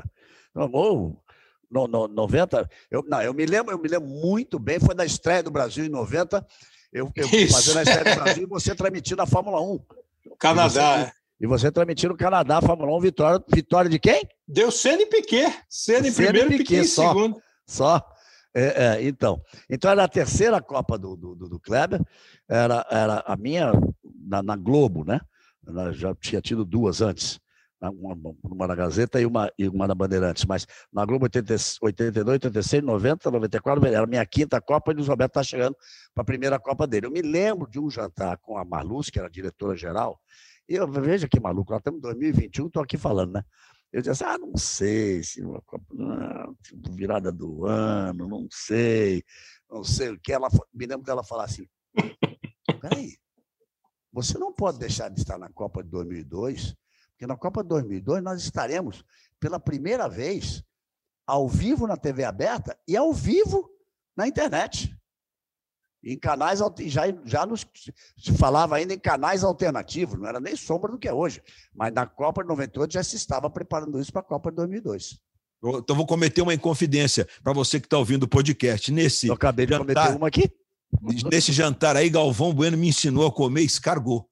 No, no, no, noventa, eu, não, eu me lembro, eu me lembro muito bem, foi na estreia do Brasil em noventa, eu, eu fazendo a estreia do Brasil e você transmitindo a Fórmula um. Canadá, e você, é. E você transmitindo o Canadá, a Fórmula um, vitória, vitória de quem? Deu Senna e Piquet. Senna em primeiro e Piquet em segundo. Só. É, é, então, então era a terceira Copa do, do, do Kleber, era, era a minha na, na Globo, né? Ela já tinha tido duas antes, uma, uma na Gazeta e uma, e uma na Bandeirantes, mas na Globo oitenta, oitenta e dois, oitenta e seis, noventa, noventa e quatro, era a minha quinta Copa e o Luiz Roberto está chegando para a primeira Copa dele. Eu me lembro de um jantar com a Marluz, que era a diretora-geral, e eu, veja que maluco, nós estamos em dois mil e vinte e um, estou aqui falando, né? Eu disse, ah, não sei, se uma Copa, não, virada do ano, não sei, não sei o que. Ela, me lembro dela falar assim, peraí, você não pode deixar de estar na Copa de dois mil e dois, porque na Copa de dois mil e dois nós estaremos, pela primeira vez, ao vivo na T V aberta e ao vivo na internet. Em canais, já, já nos, se falava ainda em canais alternativos, não era nem sombra do que é hoje. Mas na Copa de noventa e oito já se estava preparando isso para a Copa de dois mil e dois. Então vou cometer uma inconfidência para você que está ouvindo o podcast. Nesse Eu acabei de jantar, cometer uma aqui. Nesse jantar aí, Galvão Bueno me ensinou a comer escargot.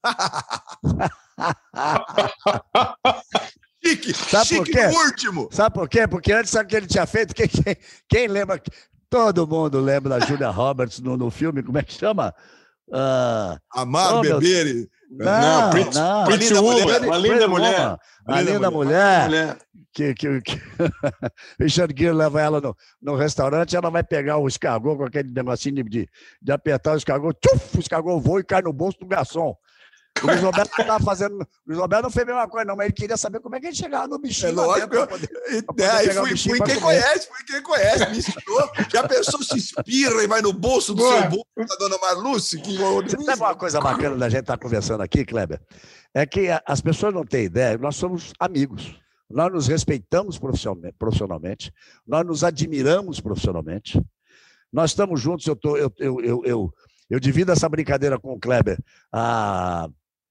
Chique, sabe chique por quê? No último. Sabe por quê? Porque antes, sabe o que ele tinha feito? Quem, quem, quem lembra? Todo mundo lembra da Julia Roberts no, no filme, como é que chama? Uh, Amar, oh, beber. E... Não, não, Prince, não. Prince Woman, uma linda mulher. Uma linda mulher. mulher. Que, que, que... Richard Gere leva ela no, no restaurante, ela vai pegar o escargot com aquele negocinho de, de apertar o escargot, tchuf, o escargot voa e cai no bolso do garçom. O Luiz Roberto não estava fazendo. O Luiz Roberto não fez a mesma coisa, não, mas ele queria saber como é que ele chegava no bichinho. É lógico. Pra poder, pra poder é, fui, fui quem comer. conhece, fui quem conhece, me ensinou. Já pensou, se espirra e vai no bolso do Boa. seu bolso da dona Marluce? Que sabe uma coisa bacana da gente estar conversando aqui, Kleber? É que as pessoas não têm ideia, nós somos amigos. Nós nos respeitamos profissionalmente, nós nos admiramos profissionalmente. Nós estamos juntos, eu, tô, eu, eu, eu, eu, eu divido essa brincadeira com o Kleber há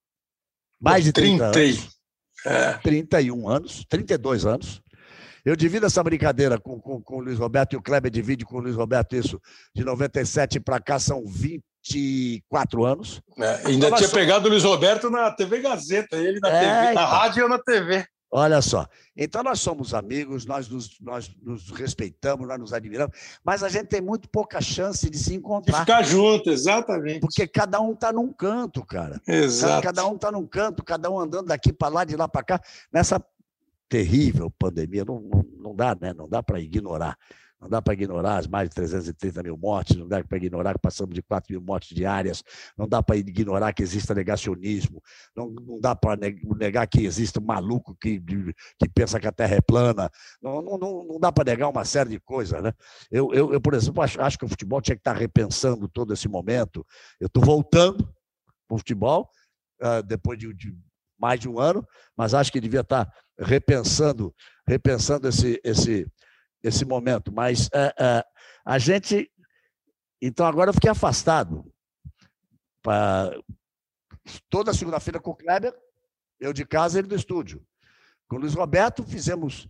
mais de trinta anos. É. trinta e um anos, trinta e dois anos. Eu divido essa brincadeira com, com, com o Luiz Roberto, e o Kleber divide com o Luiz Roberto isso. De noventa e sete para cá são vinte e quatro anos. É, ainda então, tinha somos... pegado o Luiz Roberto na T V Gazeta, ele na, é, T V, na rádio e eu na T V. Olha só, então nós somos amigos, nós nos, nós nos respeitamos, nós nos admiramos, mas a gente tem muito pouca chance de se encontrar. De ficar junto, exatamente. Porque cada um está num canto, cara. Exato. Cada um está num canto, cada um andando daqui para lá, de lá para cá. Nessa terrível pandemia, não, não, não dá, né? Não dá para ignorar. Não dá para ignorar as mais de trezentos e trinta mil mortes, não dá para ignorar que passamos de quatro mil mortes diárias, não dá para ignorar que exista negacionismo, não, não dá para negar que exista um maluco que, que pensa que a Terra é plana, não, não, não dá para negar uma série de coisas. Né? Eu, eu, eu, por exemplo, acho, acho que o futebol tinha que estar repensando todo esse momento. Eu estou voltando para o futebol, uh, depois de, de mais de um ano, mas acho que devia estar repensando, repensando esse... esse esse momento, mas uh, uh, a gente... Então, agora eu fiquei afastado. Pra... Toda segunda-feira com o Kleber, eu de casa, ele do estúdio. Com o Luiz Roberto, fizemos...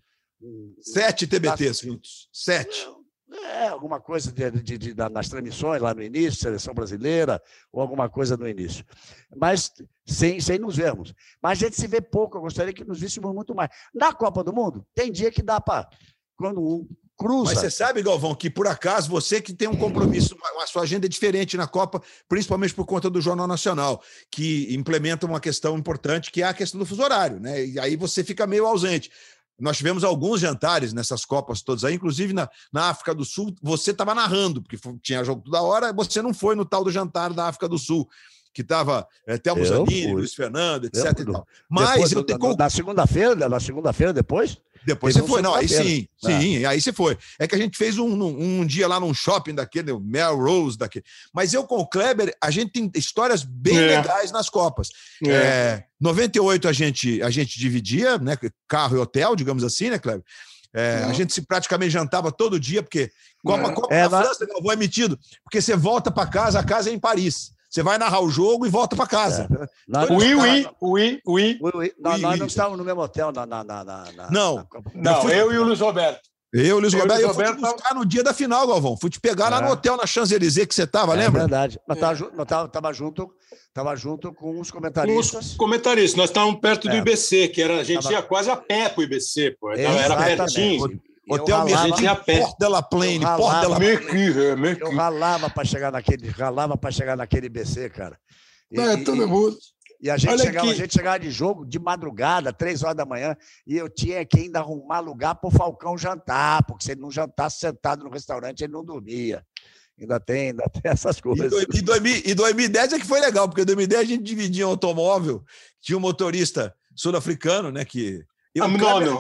Sete T B Ts juntos. Sete. É, alguma coisa de, de, de, nas transmissões lá no início, Seleção Brasileira, ou alguma coisa no início. Mas sem, sem nos vermos. Mas a gente se vê pouco, eu gostaria que nos víssemos muito mais. Na Copa do Mundo, tem dia que dá para... Quando um cruza... Mas você sabe, Galvão, que por acaso você que tem um compromisso, a sua agenda é diferente na Copa, principalmente por conta do Jornal Nacional, que implementa uma questão importante, que é a questão do fuso horário, né? E aí você fica meio ausente. Nós tivemos alguns jantares nessas Copas todas aí, inclusive na, na África do Sul, você estava narrando, porque tinha jogo toda hora, você não foi no tal do jantar da África do Sul, que estava é, Thelmo Zanini, Luiz Fernando, etcétera. E tal. Mas depois, eu tenho... na, na segunda-feira, na segunda-feira depois... Depois você foi, não, aí sim, sim, aí você foi. É que a gente fez um, um, um dia lá num shopping daquele, o Melrose daquele. Mas eu com o Kleber, a gente tem histórias bem é. legais nas Copas. É. É, noventa e oito a gente, a gente dividia, né, carro e hotel, digamos assim, né, Kleber? É, a gente se praticamente jantava todo dia, porque Copa, é. Copa é, da França, não vou emitido, porque você volta para casa, a casa é em Paris. Você vai narrar o jogo e volta para casa. É. Ui, ui, ui, ui. Nós não estávamos no mesmo hotel na, na, na, na Não, na não eu, fui... eu e o Luiz Roberto. Eu, Luiz eu, Roberto, eu fui te buscar no dia da final, Galvão. Fui te pegar é. lá no hotel na Champs-Élysées que você estava, é, lembra? É verdade. Mas estava tava junto, tava junto com os comentaristas. Com os comentaristas. Nós estávamos perto do é. I B C, que era, a gente tava... ia quase a pé para o I B C. Pô. Era pertinho. Hotel Mirante, Port de la Plaine, Port de la Plaine. Eu ralava para chegar naquele, ralava para chegar naquele I B C, cara. E, é, todo mundo. E a gente, chegava, a gente chegava de jogo de madrugada, três horas da manhã, e eu tinha que ainda arrumar lugar para o Falcão jantar, porque se ele não jantasse sentado no restaurante, ele não dormia. Ainda tem, ainda tem essas coisas. E, e, dois mil, e dois mil e dez é que foi legal, porque em dois mil e dez a gente dividia um automóvel, tinha um motorista sul-africano, né, que... Eu, ah, não, Kleber, não.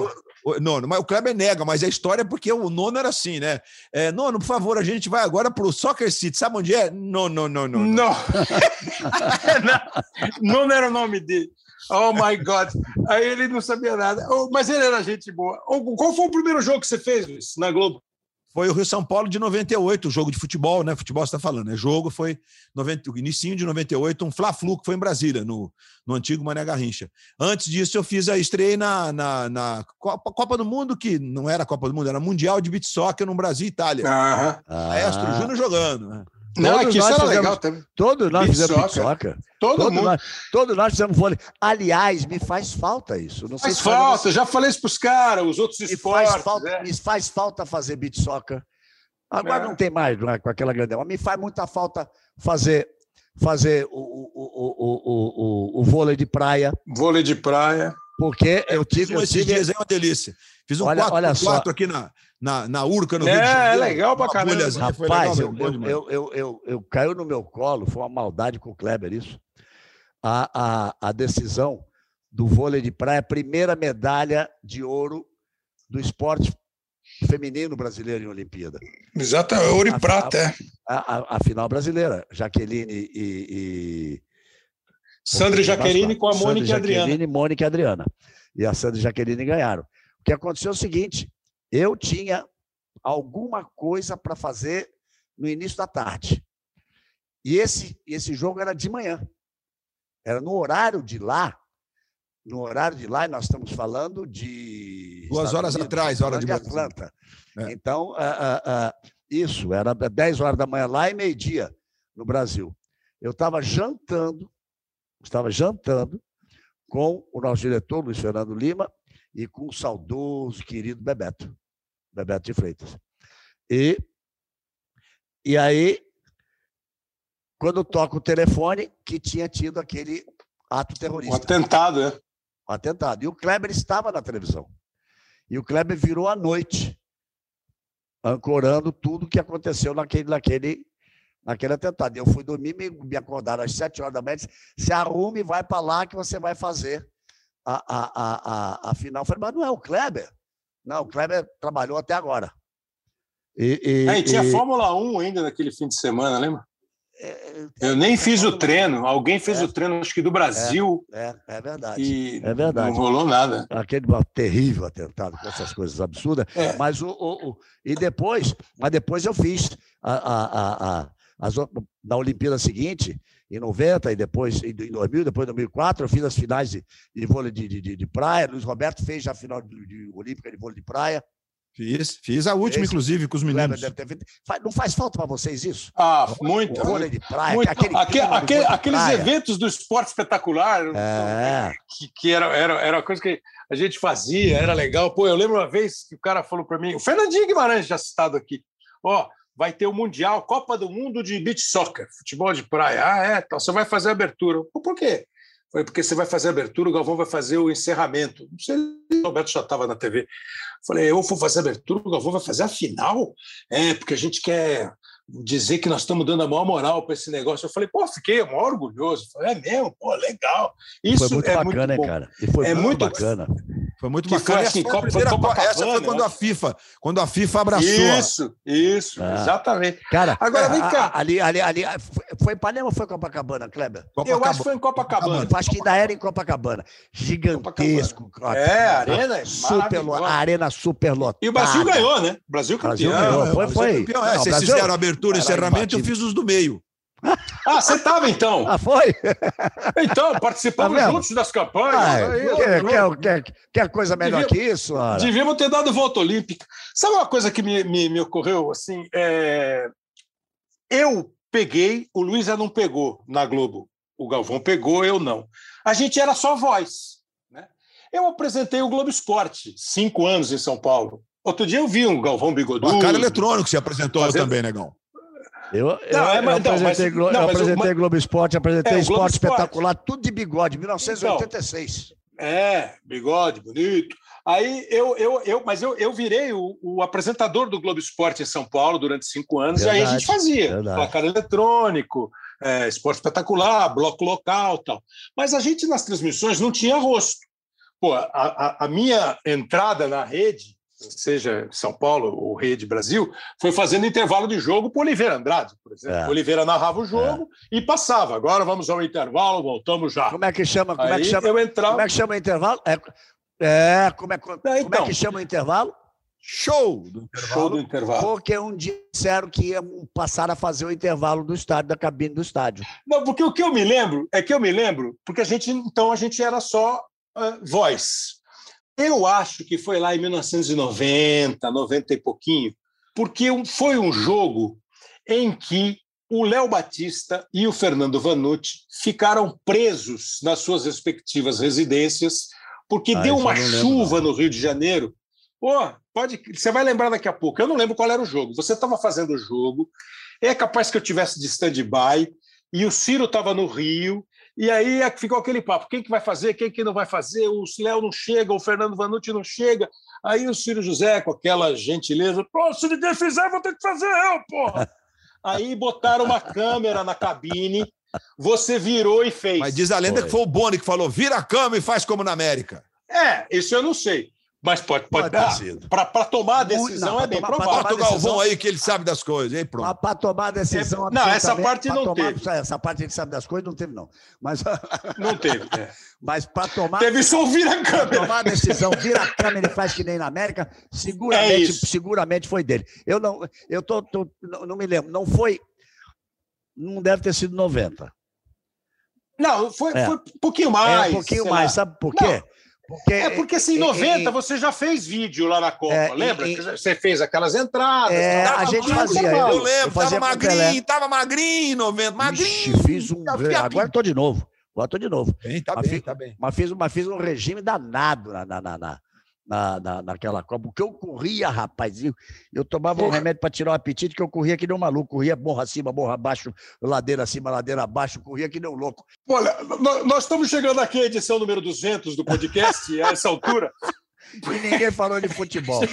O, nono, mas o Kleber nega, mas a história é porque o nono era assim, né? É, nono, por favor, a gente vai agora para o Soccer City. Sabe onde é? Não, não, não, não. Não. Nono era o nome dele. Oh, my God. Aí ele não sabia nada. Oh, mas ele era gente boa. Oh, qual foi o primeiro jogo que você fez, Luiz, na Globo? Foi o Rio-São Paulo de noventa e oito, o jogo de futebol, né? Futebol você está falando, né? Jogo foi noventa, inicinho de noventa e oito, um Fla-Flu que foi em Brasília, no, no antigo Mané Garrincha. Antes disso, eu fiz a estreia na, na, na Copa, Copa do Mundo, que não era Copa do Mundo, era Mundial de Beach Soccer no Brasil e Itália. Aham. Maestro Ah. Júnior jogando, né? Não, Todos é que isso nós era fizemos- legal também. Todos nós Beach fizemos beach soccer. soccer. Todo Todos mundo. nós, todos nós fizemos vôlei. Aliás, me faz falta isso. Não sei Faz se falta, já falei isso para os caras, os outros Me esportes. faz, falta, é. me faz falta fazer beach soccer. Agora É. não tem mais, não é, com aquela grande. Mas me faz muita falta fazer, fazer o, o, o, o, o, o vôlei de praia, Vôlei de praia. porque eu Fiz tive. um Eu esses tive dias, é uma delícia. Fiz um Olha- quatro olha por quatro só. aqui na, na, na Urca, no É, Rio de Janeiro. é legal pra Uma caramba. bolhazinha, foi Rapaz, legal, eu, bom eu, demais. eu, eu, eu, eu caiu no meu colo, foi uma maldade com o Kleber isso. A, a, a decisão do vôlei de praia, primeira medalha de ouro do esporte feminino brasileiro em Olimpíada. Exato, é ouro e A- prata, é. A, a, a final brasileira, Jaqueline e. e Sandra e Jaqueline com a Sandra Mônica e a Adriana. Jaqueline, Mônica e Adriana. E a Sandra e Jaqueline ganharam. O que aconteceu é o seguinte: eu tinha alguma coisa para fazer no início da tarde. E esse, esse jogo era de manhã. Era no horário de lá. No horário de lá, nós estamos falando de. Duas Estados horas Unidos, atrás, hora de falando Brasília. Atlanta. É. Então, ah, ah, ah, isso, era dez horas da manhã lá e meio-dia no Brasil. Eu estava jantando, estava jantando com o nosso diretor, Luiz Fernando Lima, e com o saudoso, querido Bebeto, Bebeto de Freitas. E, e aí, quando toca o telefone, que tinha tido aquele ato Um terrorista, atentado, né? um atentado. E o Kleber estava na televisão. E o Kleber virou à noite, ancorando tudo o que aconteceu naquele, naquele, naquele atentado. Eu fui dormir, me, me acordaram às sete horas da manhã, disse, se arrume e vai para lá que você vai fazer a, a, a, a, a final. Eu falei, mas não é o Kleber? Não, o Kleber trabalhou até agora. E, e, É, e tinha e- Fórmula um ainda naquele fim de semana, lembra? é, Eu nem fiz o Fórmula um. treino. Alguém fez É. o treino, acho que do Brasil, É, é verdade. e É verdade. não rolou nada. Aquele terrível atentado com essas coisas absurdas. É. Mas o, o, o- e depois, mas depois eu fiz a, a, a, a, as, o- na Olimpíada seguinte, em noventa, e depois em dois mil, depois em dois mil e quatro, eu fiz as finais de, de vôlei de, de, de, de praia. Luiz Roberto fez já a final de, de olímpica de vôlei de praia. Fiz, fiz a última, Esse- inclusive, com os O Kleber meninos. deve ter feito. Faz- Não faz falta para vocês isso? Ah, muito. O vôlei de praia, muito. aquele Aque- clima do aque- vôlei de aqueles praia. eventos do esporte espetacular, É. que, que era, era, era uma coisa que a gente fazia, era legal. Pô, eu lembro uma vez que o cara falou para mim, o Fernandinho Guimarães, já citado aqui, ó, vai ter o Mundial, Copa do Mundo de Beach Soccer, futebol de praia. Ah, é, então você vai fazer a abertura. Pô, por quê? Foi porque você vai fazer a abertura, o Galvão vai fazer o encerramento. Não sei, o Roberto já estava na T V. Falei, eu vou fazer a abertura, o Galvão vai fazer a final? É, porque a gente quer dizer que nós estamos dando a maior moral para esse negócio. Eu falei, pô, fiquei maior orgulhoso. Falei, é mesmo, pô, legal. Isso Foi muito é bacana, muito hein, bom. cara? E foi É muito, muito- bacana. Foi muito Que bacana. foi Essa assim, foi a Copa- primeira foi co- Copacabana, essa foi quando né? a FIFA, quando a FIFA abraçou. a- Isso, isso, Ah. exatamente. Cara, Agora, vem a- cá. a- ali, ali, ali, foi- foi Ipanema ou foi Copacabana, Kleber? Eu acho que foi em Copacabana. Eu acho que ainda era em Copacabana. Gigantesco. É, a arena é super, lo- maravilhosa. a arena super lotada. E o Brasil ganhou, né? O Brasil Brasil campeão. ganhou. É, Foi, o Brasil foi. campeão. É, Não, vocês Brasil- fizeram abertura e era encerramento, eu imbatível. fiz os do meio. Ah, você estava então? Ah, foi? Então, participamos Tá vendo? juntos das campanhas. Ah, Aí, quer, eu- quer, quer, quer coisa melhor Devia- que isso? Ora? Devíamos ter dado volta olímpica. Sabe uma coisa que me, me, me ocorreu? Assim, é... Eu peguei, o Luiz já não pegou na Globo. O Galvão pegou, eu não. A gente era só voz. Né? Eu apresentei o Globo Esporte, cinco anos em São Paulo. Outro dia eu vi um Galvão Bigodudo. O cara eletrônico se apresentou Fazendo- também, negão. Eu, eu, Não, é, eu mas- não, apresentei, mas- Glo- não, eu mas o- apresentei mas- Globo Esporte, apresentei É, o Globo Esporte Esporte. Espetacular, tudo de bigode, mil novecentos e oitenta e seis. É, bigode, bonito. Aí eu, eu, eu mas eu, eu virei o, o apresentador do Globo Esporte em São Paulo durante cinco anos, Verdade, e aí a gente fazia verdade. placar eletrônico, é, esporte espetacular, bloco local tal. Mas a gente nas transmissões não tinha rosto, pô, a, a, a minha entrada na rede, seja São Paulo ou Rede Brasil, foi fazendo intervalo de jogo com o Oliveira Andrade, por exemplo. É. O Oliveira narrava o jogo é. e passava. Agora vamos ao intervalo, voltamos já. Como é que chama? Como, Aí é, que chama eu entrava... como é que chama o intervalo? É, é, como, é, como é, então, é que chama o intervalo? Show do intervalo. Show do intervalo. Porque um dia disseram que iam passar a fazer o intervalo do estádio, da cabine do estádio. Não, porque o que eu me lembro, é que eu me lembro, porque a gente, então, a gente era só uh, voz. Eu acho que foi lá em mil novecentos e noventa, noventa e pouquinho, porque foi um jogo em que o Léo Batista e o Fernando Vanucci ficaram presos nas suas respectivas residências, porque ah, deu uma chuva no Rio de Janeiro. Pô, pode, você vai lembrar daqui a pouco. Eu não lembro qual era o jogo. Você estava fazendo o jogo, é capaz que eu tivesse de stand-by, e o Ciro estava no Rio, e aí ficou aquele papo, quem que vai fazer, quem que não vai fazer, o Léo não chega, o Fernando Vanucci não chega, aí o Ciro José, com aquela gentileza, pô, se ninguém fizer, vou ter que fazer eu, porra. Aí botaram uma câmera na cabine, você virou e fez. Mas diz a lenda foi. que foi o Boni que falou, vira a câmera e faz como na América. É, isso eu não sei. Mas pode, pode, pode para tomar a decisão não, é bem tomar, provável. Bota o Galvão aí que ele sabe das coisas, aí pronto. Para tomar a decisão... É, não, essa parte não tomar, teve. Essa parte ele sabe das coisas, não teve não. Mas, não teve, é. Mas para tomar... Teve só vira a câmera. Para tomar a decisão, vira a câmera e faz que nem na América, seguramente, é seguramente foi dele. Eu não, eu tô, tô, não, não me lembro, não foi... Não deve ter sido noventa. Não, foi, é. foi um pouquinho mais. É, um pouquinho mais, lá. Sabe por quê? Não. Porque, é porque assim, em noventa e, você já fez vídeo lá na Copa, é, lembra? E, você fez aquelas entradas. É, tava, a gente fazia. Eu, eu lembro, eu tava magrinho, tava magrinho em noventa, magrinho. Ixi, fiz um... Agora estou de novo, agora estou de novo. Bem, tá mas bem, fiz, tá bem. Mas fiz, mas fiz um regime danado na, na, na, na, na, na, naquela Copa, porque eu corria, rapaz, eu, eu tomava um remédio para tirar o apetite, que eu corria que nem um maluco, corria morra acima, morra abaixo, ladeira acima, ladeira abaixo, corria que nem um louco. Olha, nós estamos chegando aqui à edição número duzentos do podcast, a essa altura. E ninguém falou de futebol.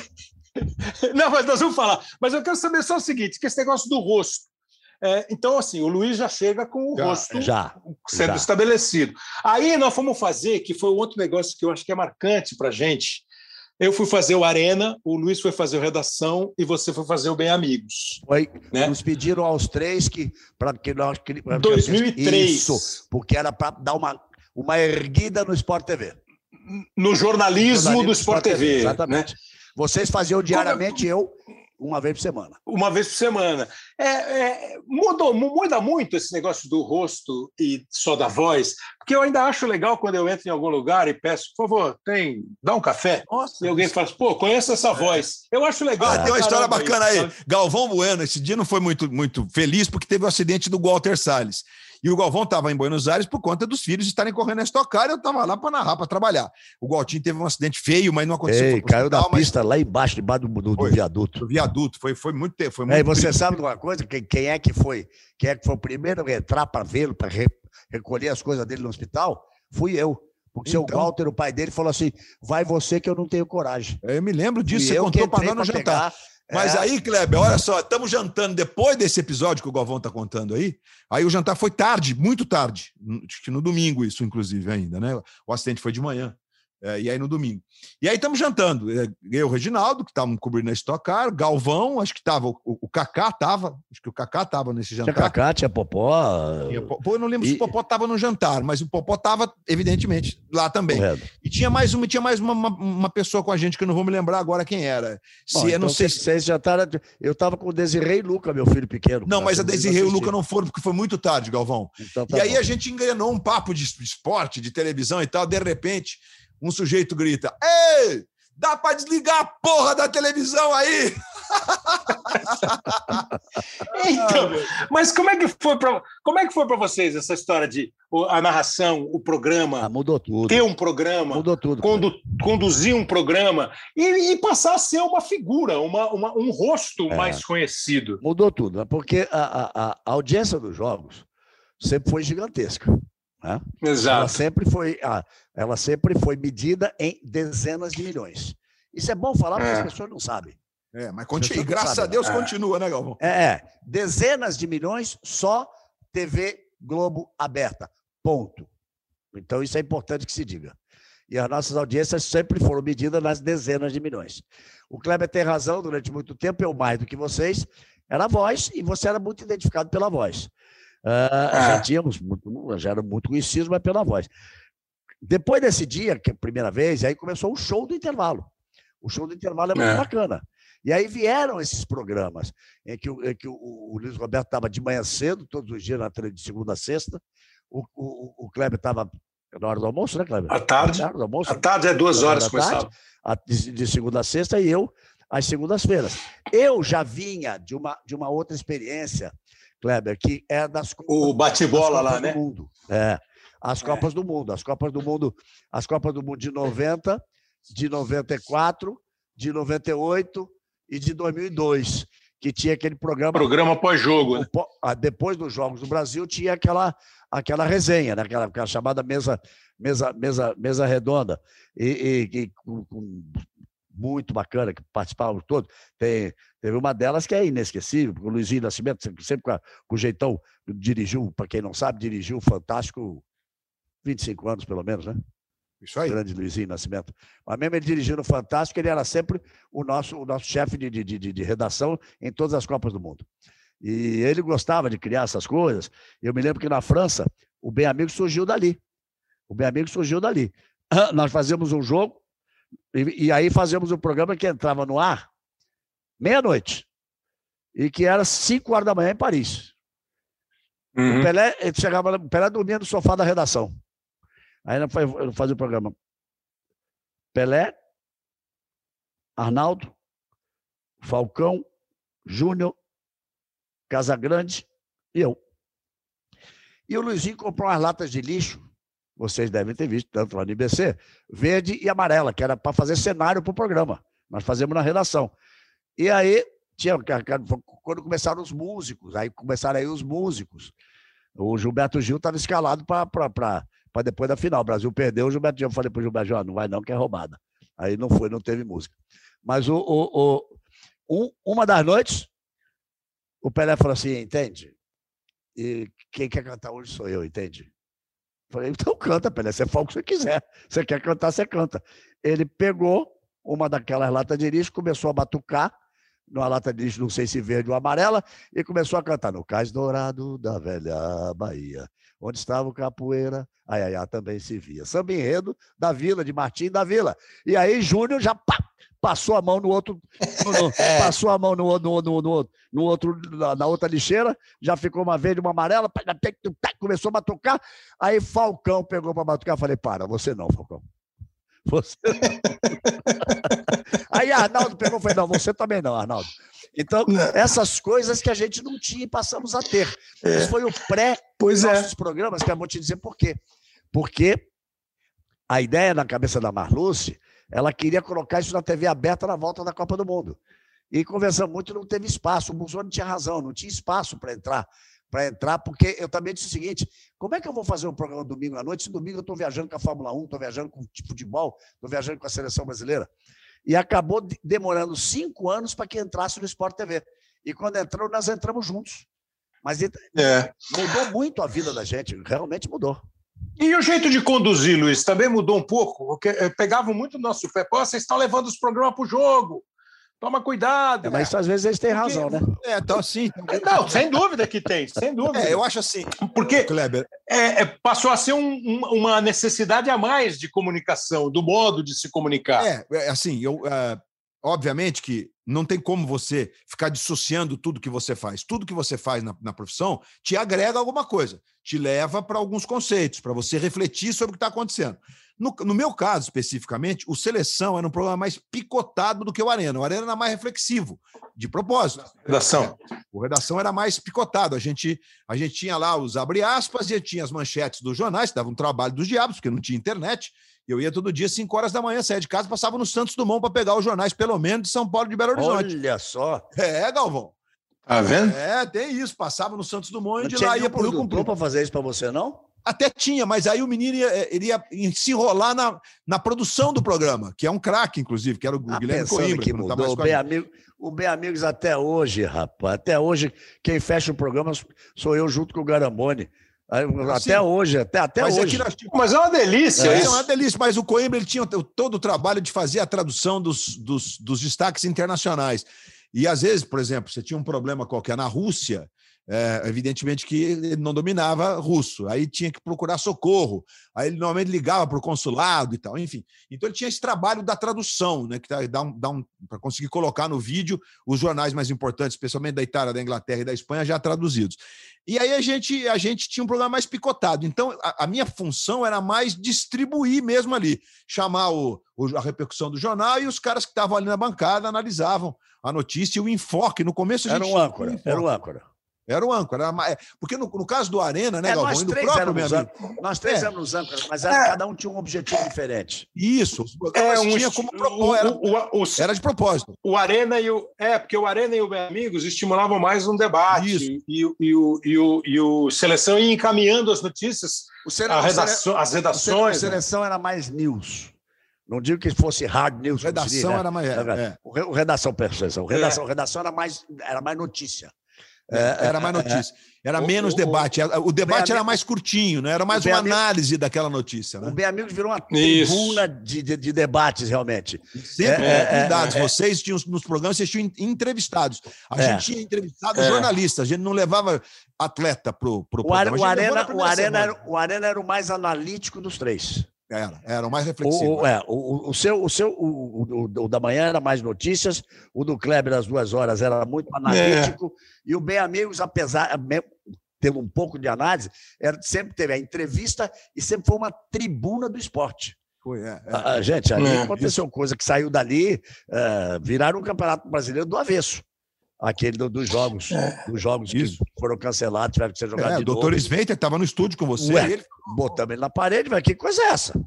Não, mas nós vamos falar. Mas eu quero saber só o seguinte, que esse negócio do rosto. É, então, assim, o Luiz já chega com o já, rosto já, sendo já. estabelecido. Aí nós fomos fazer, que foi outro negócio que eu acho que é marcante para a gente. Eu fui fazer o Arena, o Luiz foi fazer o Redação e você foi fazer o Bem Amigos. Foi, né? Nos pediram aos três que... Pra, que nós, que, pra, dois mil e três. Isso, porque era para dar uma, uma erguida no Sport T V. No jornalismo, jornalismo do Sport, Sport T V. T V exatamente. Né? Vocês faziam diariamente, eu... Uma vez por semana. Uma vez por semana. É, é, mudou, muda muito esse negócio do rosto e só da voz, porque eu ainda acho legal quando eu entro em algum lugar e peço, por favor, tem, dá um café. Nossa, e alguém fala, pô, conheço essa é. voz. Eu acho legal. Ah, tem uma história bacana isso, aí. Sabe? Galvão Bueno, esse dia não foi muito, muito feliz porque teve o um acidente do Walter Salles. E o Galvão estava em Buenos Aires por conta dos filhos estarem correndo na Stock Car, eu estava lá para narrar, para trabalhar. O Galtinho teve um acidente feio, mas não aconteceu. Ei, caiu da pista lá embaixo, debaixo do, do, do viaduto. Do viaduto, foi, foi muito tempo. Foi muito é, e você triste. Sabe de uma coisa? Quem, quem, é que foi, quem é que foi o primeiro a entrar para vê-lo, para re, recolher as coisas dele no hospital? Fui eu. Porque então, seu Walter, o pai dele, falou assim, vai você que eu não tenho coragem. Eu me lembro disso, Fui você contou para nós no jantar. Pegar, Mas é. aí, Kleber, olha só, estamos jantando depois desse episódio que o Galvão está contando aí. Aí o jantar foi tarde, muito tarde. Acho que no domingo isso, inclusive, ainda, né? O acidente foi de manhã. É, e aí no domingo. E aí estamos jantando. Eu e o Reginaldo, que estavam cobrindo a Stock Car, Galvão, acho que estava, o, o Kaká estava, acho que o Kaká estava nesse jantar. Tinha Kaká, tinha Popó. Tinha Popó. Eu não lembro e... se o Popó estava no jantar, mas o Popó estava, evidentemente, lá também. Correto. E tinha mais, uma, tinha mais uma, uma, uma pessoa com a gente, que eu não vou me lembrar agora quem era. Se, Bom, eu então não sei se... já taram, eu estava com o Desirê e Luca, meu filho pequeno. Não, mas a Desirê e o Luca não foram, porque foi muito tarde, Galvão. Então, tá e aí bom. A gente engrenou um papo de esporte, de televisão e tal, de repente... Um sujeito grita, ei, dá para desligar a porra da televisão aí? Então, mas como é que foi para como é que foi para vocês essa história de a narração, o programa, ah, mudou tudo. Ter um programa, mudou tudo, condu, conduzir um programa e, e passar a ser uma figura, uma, uma, um rosto é. mais conhecido? Mudou tudo, porque a, a, a audiência dos jogos sempre foi gigantesca. Né? Exato. Ela sempre foi, ela sempre foi medida em dezenas de milhões. Isso é bom falar porque é. as pessoas não sabem. É, mas continua, graças sabem, a Deus né? continua, né, Galvão? É, é, dezenas de milhões só T V Globo aberta. Ponto. Então isso é importante que se diga. E as nossas audiências sempre foram medidas nas dezenas de milhões. O Kleber tem razão, durante muito tempo, eu mais do que vocês, era a voz, e você era muito identificado pela voz. Uh, ah. Já tínhamos, muito, já era muito conhecidos, mas pela voz. Depois desse dia, que é a primeira vez, aí começou o show do intervalo. O show do intervalo é muito é. bacana. E aí vieram esses programas, em que, em que o, o Luiz Roberto estava de manhã cedo, todos os dias, na de segunda a sexta. O, o, o Kleber estava na hora do almoço, né, Kleber? À tarde. À tarde, à tarde é duas horas começava. De, de segunda a sexta, e eu às segundas-feiras. Eu já vinha de uma, de uma outra experiência, Kleber, que é das o bate-bola lá, do né? Mundo. É, as Copas é. do Mundo. As Copas do Mundo, as Copas do Mundo de noventa, de noventa e quatro, de noventa e oito e de dois mil e dois, que tinha aquele programa... Programa pós-jogo. Né? Depois dos Jogos do Brasil, tinha aquela, aquela resenha, né? aquela, aquela chamada mesa, mesa, mesa, mesa redonda, e, e, e com, com, muito bacana, que participavam todos. Tem, teve uma delas que é inesquecível, porque o Luizinho Nascimento, sempre, sempre com, a, com o jeitão, dirigiu, para quem não sabe, dirigiu o Fantástico vinte e cinco anos, pelo menos, né? Isso aí. Grande Luizinho Nascimento. Mas mesmo ele dirigindo o Fantástico, ele era sempre o nosso, o nosso chefe de, de, de, de redação em todas as Copas do Mundo. E ele gostava de criar essas coisas. Eu me lembro que na França, o Bem Amigo surgiu dali. O Bem Amigo surgiu dali. Nós fazíamos um jogo, e, e aí fazíamos um programa que entrava no ar meia-noite, e que era cinco horas da manhã em Paris. Uhum. O Pelé, ele chegava, o Pelé dormia no sofá da redação. Aí eu fazia o programa. Pelé, Arnaldo, Falcão, Júnior, Casagrande e eu. E o Luizinho comprou umas latas de lixo, vocês devem ter visto, tanto lá no I B C, verde e amarela, que era para fazer cenário para o programa. Nós fazemos na redação. E aí, tinha, quando começaram os músicos, aí começaram aí os músicos. O Gilberto Gil estava escalado para depois da final. O Brasil perdeu, o Gilberto Gil, eu falei para o Gilberto Gil, não vai não, que é roubada. Aí não foi, não teve música. Mas o, o, o, um, uma das noites, o Pelé falou assim, entende? E quem quer cantar hoje sou eu, entende? Falei, então canta, Pelé, você fala o que você quiser. Você quer cantar, você canta. Ele pegou uma daquelas latas de lixo, começou a batucar, numa lata de lixo, não sei se verde ou amarela, e começou a cantar no Cais Dourado da velha Bahia, onde estava o capoeira, ai, ai, ai, também se via. Samba enredo da Vila, de Martim da Vila. E aí Júnior já pá, passou a mão no outro, no, no, passou a mão no, no, no, no, no outro, na, na outra lixeira, já ficou uma verde, uma amarela, começou a batucar, aí Falcão pegou para batucar, falei, para, você não, Falcão. Você Aí Arnaldo pegou e falou, não, você também não, Arnaldo. Então, essas coisas que a gente não tinha e passamos a ter. É. Isso foi o pré dos nossos é. programas, que eu vou te dizer por quê. Porque a ideia na cabeça da Marluce, ela queria colocar isso na T V aberta na volta da Copa do Mundo. E conversando muito, não teve espaço. O Bolsonaro tinha razão, não tinha espaço para entrar. Para entrar, porque eu também disse o seguinte, como é que eu vou fazer um programa domingo à noite, se domingo eu estou viajando com a Fórmula um, estou viajando com o futebol, estou viajando com a seleção brasileira? E acabou demorando cinco anos para que entrasse no Sport T V. E quando entrou, nós entramos juntos. Mas é. mudou muito a vida da gente, realmente mudou. E o jeito de conduzir, Luiz, também mudou um pouco, porque pegavam muito o nosso pé. Pô, vocês estão levando os programas para o jogo. Toma cuidado. É, mas às vezes eles têm porque... razão, né? É, então sim. Não, sem dúvida que tem, sem dúvida. É, eu acho assim. Porque Kleber. É, é, passou a ser um, um, uma necessidade a mais de comunicação, do modo de se comunicar. É, assim, eu, uh, obviamente que não tem como você ficar dissociando tudo que você faz. Tudo que você faz na, na profissão te agrega alguma coisa, te leva para alguns conceitos, para você refletir sobre o que está acontecendo. No, no meu caso, especificamente, o Seleção era um programa mais picotado do que o Arena. O Arena era mais reflexivo, de propósito. Redação. O Redação era mais picotado. A gente, a gente tinha lá os abre aspas e tinha as manchetes dos jornais, que dava um trabalho dos diabos, porque não tinha internet. Eu ia todo dia, cinco horas da manhã, saía de casa, passava no Santos Dumont para pegar os jornais, pelo menos, de São Paulo e de Belo Horizonte. Olha só. É, Galvão. Tá vendo? É, tem isso. Passava no Santos Dumont e de lá ia pro Rio Comprido. Para fazer isso para você, não? Até tinha, mas aí o menino ia, ele ia se enrolar na, na produção do programa, que é um craque, inclusive, que era o ah, Guilherme Coimbra. Que mudou. Tá mais o, Bem Amigo, o Bem Amigos até hoje, rapaz. Até hoje, quem fecha o programa sou eu junto com o Garamboni. Até assim, hoje, até, até mas hoje. É nós... Mas é uma delícia. É, é uma delícia, mas o Coimbra ele tinha todo o trabalho de fazer a tradução dos, dos, dos destaques internacionais. E, às vezes, por exemplo, você tinha um problema qualquer na Rússia, é, evidentemente que ele não dominava russo, aí tinha que procurar socorro, aí ele normalmente ligava para o consulado e tal, enfim. Então ele tinha esse trabalho da tradução, né, que dá um, dá um, para conseguir colocar no vídeo os jornais mais importantes, especialmente da Itália, da Inglaterra e da Espanha, já traduzidos. E aí a gente, a gente tinha um programa mais picotado. Então a, a minha função era mais distribuir mesmo ali, chamar o, o, a repercussão do jornal e os caras que estavam ali na bancada analisavam a notícia e o enfoque. No começo a gente era um âncora, um era um âncora. Era o âncora. Era... Porque no, no caso do Arena, né, é, Galvão? Nós três, próprio, éramos âncora, nós três é. éramos âncoras, mas era, é. cada um tinha um objetivo diferente. Isso. É, um tinha como propor, era, o, o, o, era de propósito. O Arena e o... É, porque o Arena e o Bem Amigos estimulavam mais um debate. Isso. E, e, e, o, e, o, e o Seleção ia encaminhando as notícias, o Sele... a redação, as redações. O Seleção era mais news. Não digo que fosse hard news. Redação seria, né? era mais... É. O redação, redação, redação, é. redação era, mais, era mais notícia. É, era mais notícia. Era o, menos o, debate. O, o debate era mais curtinho, né? Era mais uma Amigo, análise daquela notícia. Né? O Bem Amigos virou uma tribuna de, de, de debates, realmente. Sempre é, convidados. É, é, Vocês tinham, nos programas, vocês tinham entrevistados. A é, gente tinha entrevistado é. jornalistas. A gente não levava atleta para o pro programa. O, Arena, o, Arena era, o Arena era o mais analítico dos três. Era, era o mais reflexivo. O, é, o, o seu, o, seu o, o, o da manhã era mais notícias, o do Kleber às duas horas era muito analítico, é. e o Bem Amigos, apesar de ter um pouco de análise, era, sempre teve a entrevista e sempre foi uma tribuna do esporte. Foi, é. é. A, a gente, ali é. aconteceu isso. coisa que saiu dali, uh, viraram um campeonato brasileiro do avesso. Aquele do, dos jogos, é. dos jogos que foram cancelados, tiveram que ser jogados é, de novo. O doutor Sveiter estava no estúdio com você. Ué, e ele... Botamos ele na parede, velho. Que coisa é essa?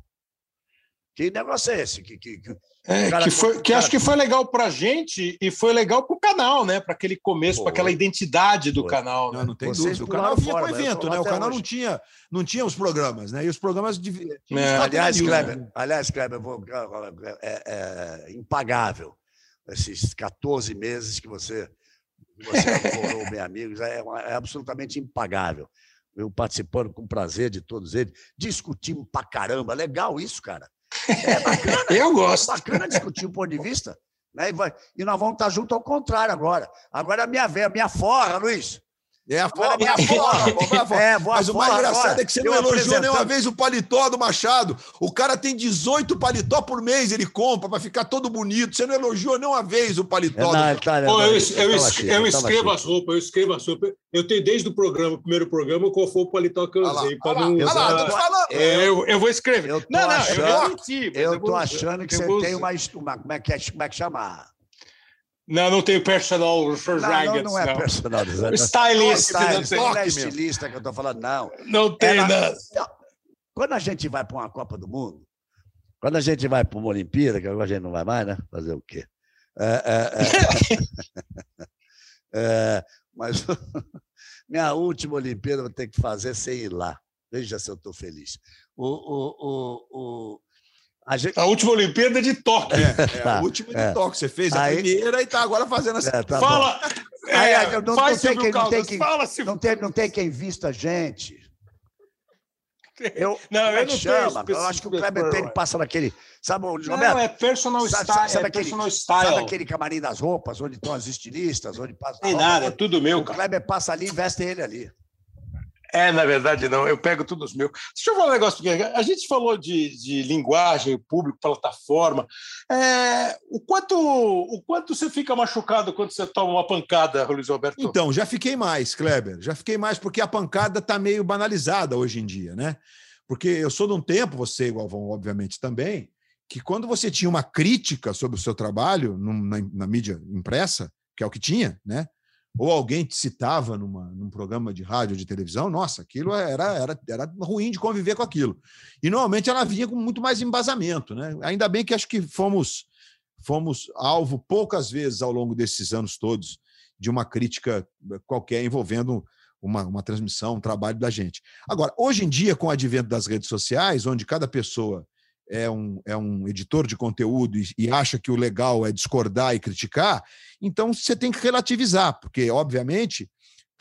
Que negócio é esse? Que, que, que, é, cara, que, foi, que cara... acho que foi legal pra gente e foi legal pro canal, né? Para aquele começo, para aquela identidade do foi. canal. Né? Não, não tem Vocês dúvida. O canal vinha com o evento, né? O canal não tinha, não tinha os programas, né? E os programas de. É. Aliás, Kleber, né? aliás, Kleber, vou, é, é impagável. Esses quatorze meses que você. Você adorou, Bem Amigos, é, é absolutamente impagável. Eu participando com prazer de todos eles, discutimos pra caramba. Legal isso, cara. É bacana. Eu gosto. É bacana discutir o ponto de vista. Né? E, vai, e nós vamos estar juntos ao contrário agora. Agora é a minha, a minha forra, Luiz. É a forra, minha forra. É, Mas o mais engraçado agora. é que você não eu elogiou nenhuma vez o paletó do Machado. O cara tem dezoito paletó por mês, ele compra para ficar todo bonito. Você não elogiou nenhuma vez o paletó. É, não, do... tá, Pô, eu, eu, eu, chique, eu escrevo as roupas, eu escrevo as roupas. Eu tenho desde o programa, o primeiro programa, qual foi o paletó que eu usei. Olha lá, não usar... lá, tô falando. É, eu, eu vou escrever. Eu não, não, achando, eu vou mentir. Eu tô achando que você tem uma, uma. Como é que, é, como é que chama? Não, não tenho personal não, não, não é não. personal design. Stylist. Não, stylist, não é estilista que eu estou falando, não. Não tem, Ela, não. Quando a gente vai para uma Copa do Mundo, quando a gente vai para uma Olimpíada, que agora a gente não vai mais, né? Fazer o quê? É, é, é, é, mas minha última Olimpíada eu vou ter que fazer sem ir lá. Veja se eu estou feliz. O... o, o, o A, gente... a última Olimpíada é de Tóquio. É, é, a última é. de Tóquio. Você fez a aí... primeira e está agora fazendo assim. É, tá Fala! É, aí, não, faz não, tem quem, não, tem quem, Fala, se... não, tem, não tem quem vista a gente. Eu, não, eu não chama? Eu acho que o Kleber tem que passa naquele. Sabe, não, Roberto, é personal sabe, style. Sabe, é aquele, personal style. Sabe aquele camarim das roupas, onde estão as estilistas, onde passa. Tem nada, é tudo meu. O Kleber passa ali e veste ele ali. É, na verdade, não. Eu pego todos os meus. Deixa eu falar um negócio, porque a gente falou de, de linguagem, público, plataforma. É, o, quanto, o quanto você fica machucado quando você toma uma pancada, Luiz Roberto? Então, já fiquei mais, Kleber. Já fiquei mais, porque a pancada está meio banalizada hoje em dia, né? Porque eu sou de um tempo, você, Galvão, obviamente, também, que quando você tinha uma crítica sobre o seu trabalho na, na mídia impressa, que é o que tinha, né? Ou alguém te citava numa, num programa de rádio ou de televisão, nossa, aquilo era, era, era ruim de conviver com aquilo. E, normalmente, ela vinha com muito mais embasamento, né? Ainda bem que acho que fomos, fomos alvo poucas vezes ao longo desses anos todos de uma crítica qualquer envolvendo uma, uma transmissão, um trabalho da gente. Agora, hoje em dia, com o advento das redes sociais, onde cada pessoa é um, é um editor de conteúdo e, e acha que o legal é discordar e criticar, então você tem que relativizar, porque, obviamente,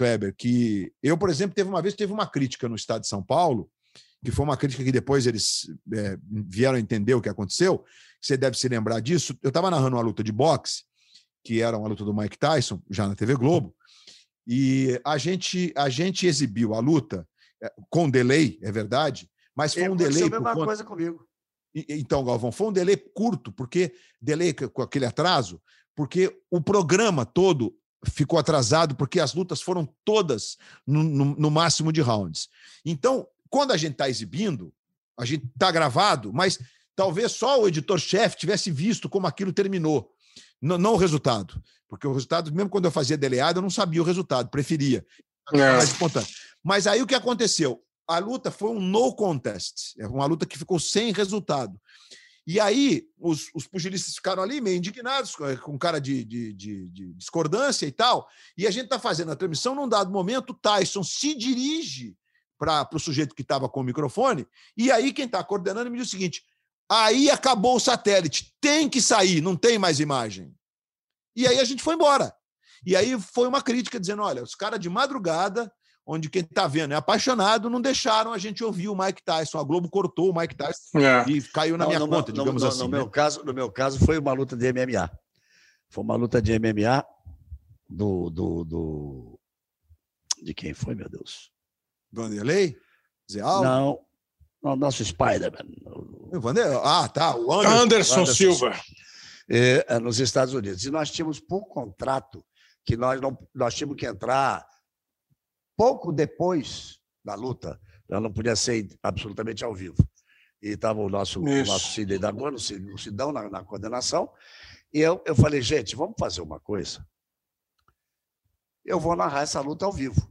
Kleber, que eu, por exemplo, teve uma vez, teve uma crítica no Estado de São Paulo, que foi uma crítica que depois eles é, vieram entender o que aconteceu, você deve se lembrar disso. Eu estava narrando uma luta de boxe, que era uma luta do Mike Tyson, já na T V Globo, e a gente, a gente exibiu a luta com delay, é verdade, mas foi um delay... a mesma conta... coisa comigo. Então, Galvão, foi um delay curto, porque delay com aquele atraso, porque o programa todo ficou atrasado, porque as lutas foram todas no, no, no máximo de rounds. Então, quando a gente está exibindo, a gente está gravado, mas talvez só o editor-chefe tivesse visto como aquilo terminou, não, não o resultado. Porque o resultado, mesmo quando eu fazia delayado, eu não sabia o resultado, preferia. Mais espontâneo. Mas aí o que aconteceu? A luta foi um no contest, é uma luta que ficou sem resultado. E aí os, os pugilistas ficaram ali meio indignados, com cara de, de, de, de discordância e tal, e a gente está fazendo a transmissão, num dado momento, o Tyson se dirige para o sujeito que estava com o microfone, e aí quem está coordenando me diz o seguinte: aí acabou o satélite, tem que sair, não tem mais imagem. E aí a gente foi embora. E aí foi uma crítica dizendo, olha, os caras de madrugada, onde quem está vendo é apaixonado, não deixaram a gente ouvir o Mike Tyson. A Globo cortou o Mike Tyson é. e caiu na não, minha no, conta, no, digamos no, assim. No, né? meu caso, no meu caso, foi uma luta de M M A. Foi uma luta de M M A do... do, do... De quem foi, meu Deus? Vanderlei? Zé Aldo? Não, o nosso Spider-Man. Ah, tá. O Anderson, Anderson, Anderson Silva. É, nos Estados Unidos. E nós tínhamos, por contrato, que nós, não, nós tínhamos que entrar pouco depois da luta. Ela não podia ser absolutamente ao vivo. E estava o nosso, o nosso Sidney da Gona, o Sidão, na, na coordenação. E eu, eu falei, gente, vamos fazer uma coisa. Eu vou narrar essa luta ao vivo.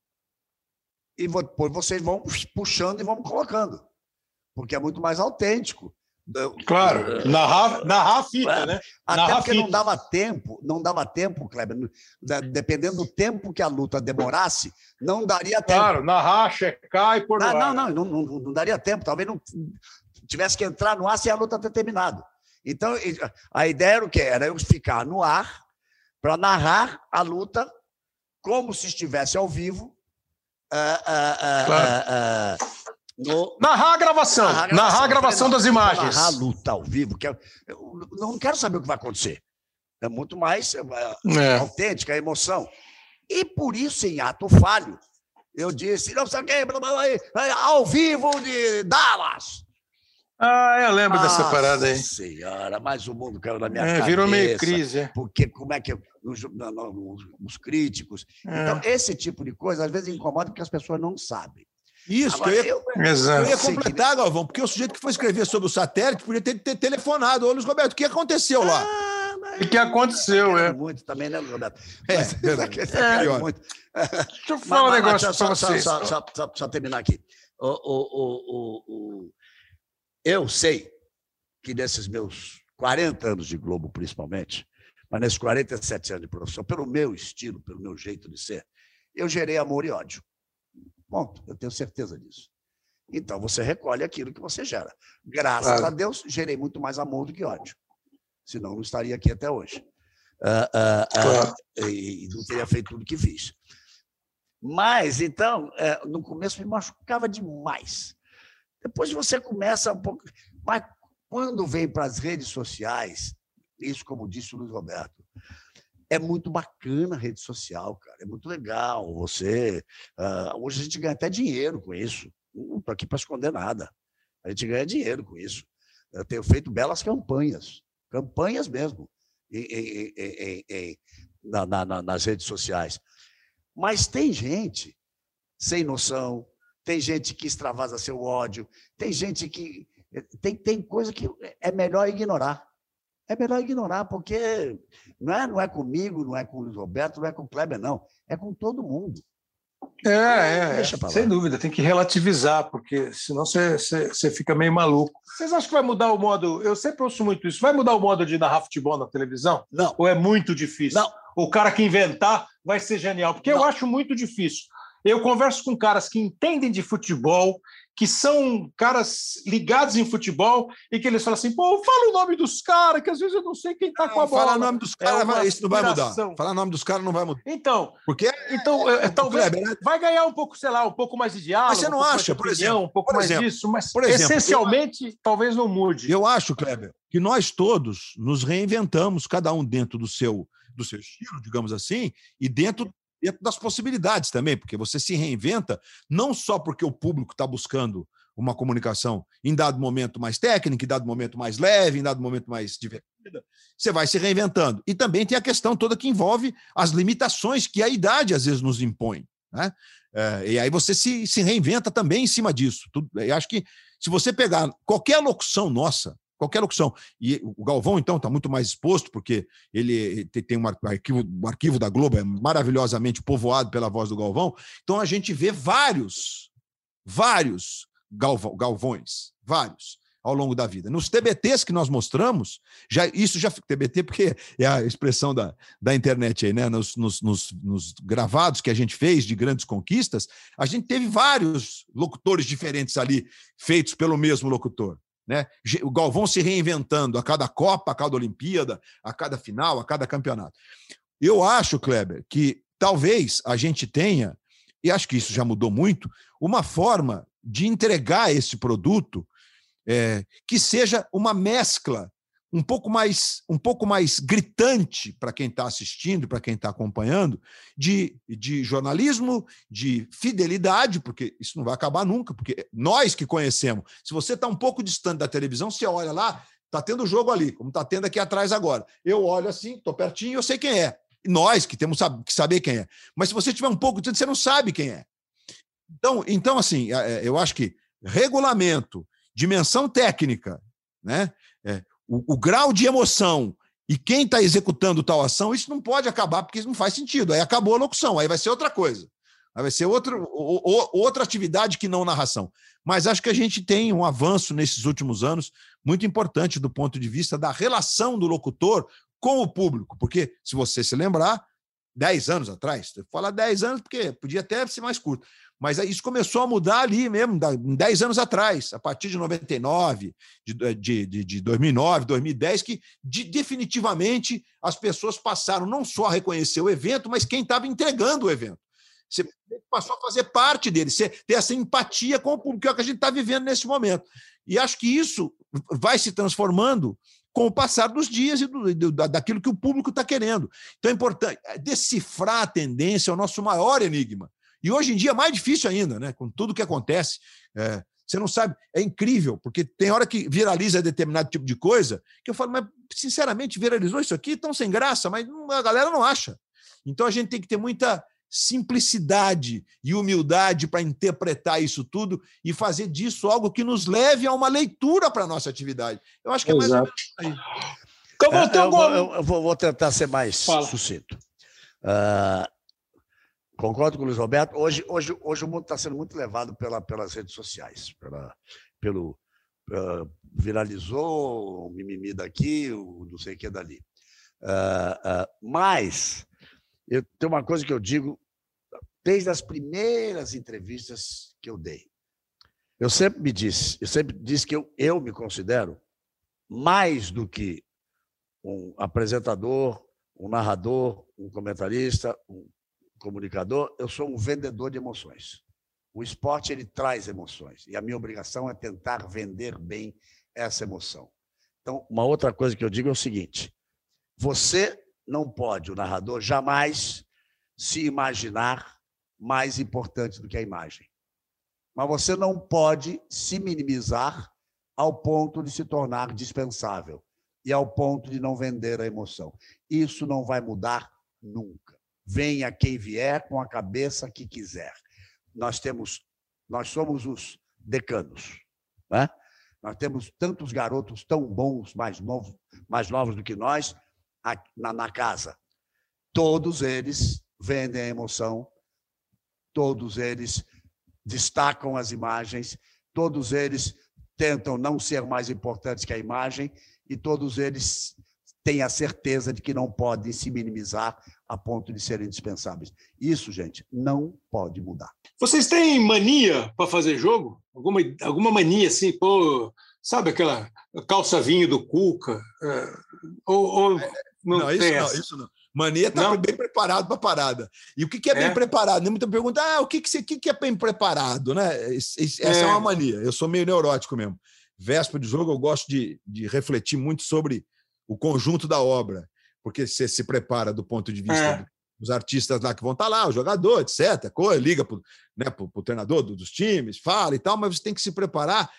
E depois vocês vão puxando e vão colocando. Porque é muito mais autêntico. Claro, narrar, narrar a fita, é, né? Até narrar porque fita. não dava tempo, não dava tempo, Kleber. Dependendo do tempo que a luta demorasse, não daria tempo. Claro, narrar, checar e pôr no não, ar. Não, não, não, não, não daria tempo. Talvez não tivesse que entrar no ar sem a luta ter terminado. Então, a ideia era o quê? Era eu ficar no ar para narrar a luta como se estivesse ao vivo. Uh, uh, uh, claro. uh, uh, No... Narrar a gravação, narrar a gravação, narrar a gravação falei, das imagens. Narrar a luta ao vivo, que eu, eu não quero saber o que vai acontecer. É muito mais é, é. autêntica a emoção. E por isso, em ato falho, eu disse, não sei o quê, ao vivo de Dallas. Ah, eu lembro Nossa dessa parada aí. Senhora, mas o mundo caiu na minha é, cabeça. Virou meio crise. É. Porque como é que... Os, os, os críticos... É. Então, esse tipo de coisa, às vezes, incomoda porque as pessoas não sabem. Isso, Agora, que eu ia, eu, eu ia completar, Galvão, porque o sujeito que foi escrever sobre o satélite podia ter, ter telefonado. Ô, Luiz Roberto, o que aconteceu lá? Ah, mas... O que aconteceu, é? Muito também, né, Luiz Roberto? É, é, é muito. Deixa eu falar mas, um negócio para vocês. Só, só, só, só terminar aqui. O, o, o, o, eu sei que nesses meus quarenta anos de Globo, principalmente, mas nesses quarenta e sete anos de profissão, pelo meu estilo, pelo meu jeito de ser, eu gerei amor e ódio. Ponto, eu tenho certeza disso. Então, você recolhe aquilo que você gera. Graças claro. a Deus, gerei muito mais amor do que ódio. Senão, não estaria aqui até hoje. Uh, uh, claro. uh, e, e não teria feito tudo que fiz. Mas, então, uh, no começo me machucava demais. Depois você começa um pouco... Mas quando vem para as redes sociais, isso como disse o Luiz Roberto, é muito bacana a rede social, cara. É muito legal. Você uh, hoje a gente ganha até dinheiro com isso. Não estou aqui para esconder nada. A gente ganha dinheiro com isso. Eu tenho feito belas campanhas, campanhas mesmo, em, em, em, em, na, na, nas redes sociais. Mas tem gente sem noção, tem gente que extravasa seu ódio, tem gente que tem, tem coisa que é melhor ignorar. É melhor ignorar, porque não é, não é comigo, não é com o Luiz Roberto, não é com o Kleber, não. É com todo mundo. É, é, é sem dúvida, tem que relativizar, porque senão você, você, você fica meio maluco. Vocês acham que vai mudar o modo... Eu sempre ouço muito isso. Vai mudar o modo de narrar futebol na televisão? Não. Ou é muito difícil? Não. O cara que inventar vai ser genial, porque não. Eu acho muito difícil. Eu converso com caras que entendem de futebol, que são caras ligados em futebol e que eles falam assim, pô, fala o nome dos caras, que às vezes eu não sei quem tá com a bola. Falar o nome dos caras, é isso não vai mudar. Falar o nome dos caras não vai mudar. Então, porque então é, é, talvez Kleber, né? vai ganhar um pouco, sei lá, um pouco mais de diálogo, mas você não um acha, por opinião, exemplo, um pouco por mais exemplo, disso, mas por exemplo, essencialmente eu, talvez não mude. Eu acho, Kleber, que nós todos nos reinventamos, cada um dentro do seu, do seu estilo, digamos assim, e dentro dentro das possibilidades também, porque você se reinventa não só porque o público está buscando uma comunicação em dado momento mais técnica, em dado momento mais leve, em dado momento mais divertida, você vai se reinventando. E também tem a questão toda que envolve as limitações que a idade às vezes nos impõe, né? É, e aí você se, se reinventa também em cima disso. Tudo, eu acho que se você pegar qualquer locução nossa, qualquer locução. E o Galvão, então, está muito mais exposto, porque ele tem um arquivo, o arquivo da Globo é maravilhosamente povoado pela voz do Galvão. Então, a gente vê vários, vários Galvão, Galvões, vários, ao longo da vida. Nos T B Ts que nós mostramos, já, isso já... T B T, porque é a expressão da, da internet aí, né? Nos, nos, nos, nos gravados que a gente fez de grandes conquistas, a gente teve vários locutores diferentes ali, feitos pelo mesmo locutor. Né? O Galvão se reinventando a cada Copa, a cada Olimpíada, a cada final, a cada campeonato. Eu acho, Kleber, que talvez a gente tenha, e acho que isso já mudou muito, uma forma de entregar esse produto é, que seja uma mescla um pouco mais, um pouco mais gritante para quem está assistindo, para quem está acompanhando, de, de jornalismo, de fidelidade, porque isso não vai acabar nunca, porque nós que conhecemos, se você está um pouco distante da televisão, você olha lá, está tendo jogo ali, como está tendo aqui atrás agora. Eu olho assim, estou pertinho e eu sei quem é. Nós que temos que saber quem é. Mas se você tiver um pouco distante, você não sabe quem é. Então, então assim, eu acho que regulamento, dimensão técnica, né? É, O, o grau de emoção e quem está executando tal ação, isso não pode acabar, porque isso não faz sentido. Aí acabou a locução, aí vai ser outra coisa. Aí vai ser outra, ou, ou, outra atividade que não narração. Mas acho que a gente tem um avanço nesses últimos anos muito importante do ponto de vista da relação do locutor com o público. Porque, se você se lembrar, dez anos atrás, eu vou falar dez anos porque podia até ser mais curto, mas isso começou a mudar ali mesmo, dez anos atrás, a partir de noventa e nove, de, de, de, de dois mil e nove, dois mil e dez, que de, definitivamente as pessoas passaram não só a reconhecer o evento, mas quem estava entregando o evento. Você passou a fazer parte dele, você ter essa empatia com o público, que é o que a gente está vivendo nesse momento. E acho que isso vai se transformando com o passar dos dias e do, do, daquilo que o público está querendo. Então é importante decifrar a tendência, é o nosso maior enigma. E hoje em dia é mais difícil ainda, né? Com tudo que acontece. É, você não sabe, é incrível, porque tem hora que viraliza determinado tipo de coisa, que eu falo, mas sinceramente, viralizou isso aqui? Tão sem graça, mas a galera não acha. Então a gente tem que ter muita simplicidade e humildade para interpretar isso tudo e fazer disso algo que nos leve a uma leitura para a nossa atividade. Eu acho que é mais Exato. ou menos aí. Então, é, eu, vou, eu, eu vou, vou tentar ser mais Fala. sucinto. Uh, concordo com o Luiz Roberto. Hoje, hoje, hoje o mundo está sendo muito levado pela, pelas redes sociais. Pela, pelo uh, viralizou o mimimi daqui, o não sei o que dali. Uh, uh, mas eu, tem uma coisa que eu digo desde as primeiras entrevistas que eu dei. Eu sempre me disse, eu sempre disse que eu, eu me considero mais do que um apresentador, um narrador, um comentarista, um comunicador, eu sou um vendedor de emoções. O esporte ele traz emoções e a minha obrigação é tentar vender bem essa emoção. Então, uma outra coisa que eu digo é o seguinte: você não pode, o narrador, jamais se imaginar mais importante do que a imagem. Mas você não pode se minimizar ao ponto de se tornar dispensável e ao ponto de não vender a emoção. Isso não vai mudar nunca. Venha quem vier com a cabeça que quiser. Nós temos, nós somos os decanos, né? Nós temos tantos garotos tão bons, mais novos, mais novos do que nós, na, na casa. Todos eles vendem a emoção, todos eles destacam as imagens, todos eles tentam não ser mais importantes que a imagem e todos eles têm a certeza de que não podem se minimizar a ponto de serem indispensáveis. Isso, gente, não pode mudar. Vocês têm mania para fazer jogo? Alguma, alguma mania assim, pô, sabe aquela calça vinho do Cuca? É, ou, ou não, não, isso não, isso não. Mania está bem preparado para a parada. E o que, que é, é bem preparado? Nem muita pergunta, ah, o que, que, que, que é bem preparado? Né? Essa é. é uma mania. Eu sou meio neurótico mesmo. Véspera de jogo, eu gosto de, de refletir muito sobre o conjunto da obra, porque você se prepara do ponto de vista é. dos artistas lá que vão estar lá, o jogador, etcétera. Liga para né, o treinador dos times, fala e tal, mas você tem que se preparar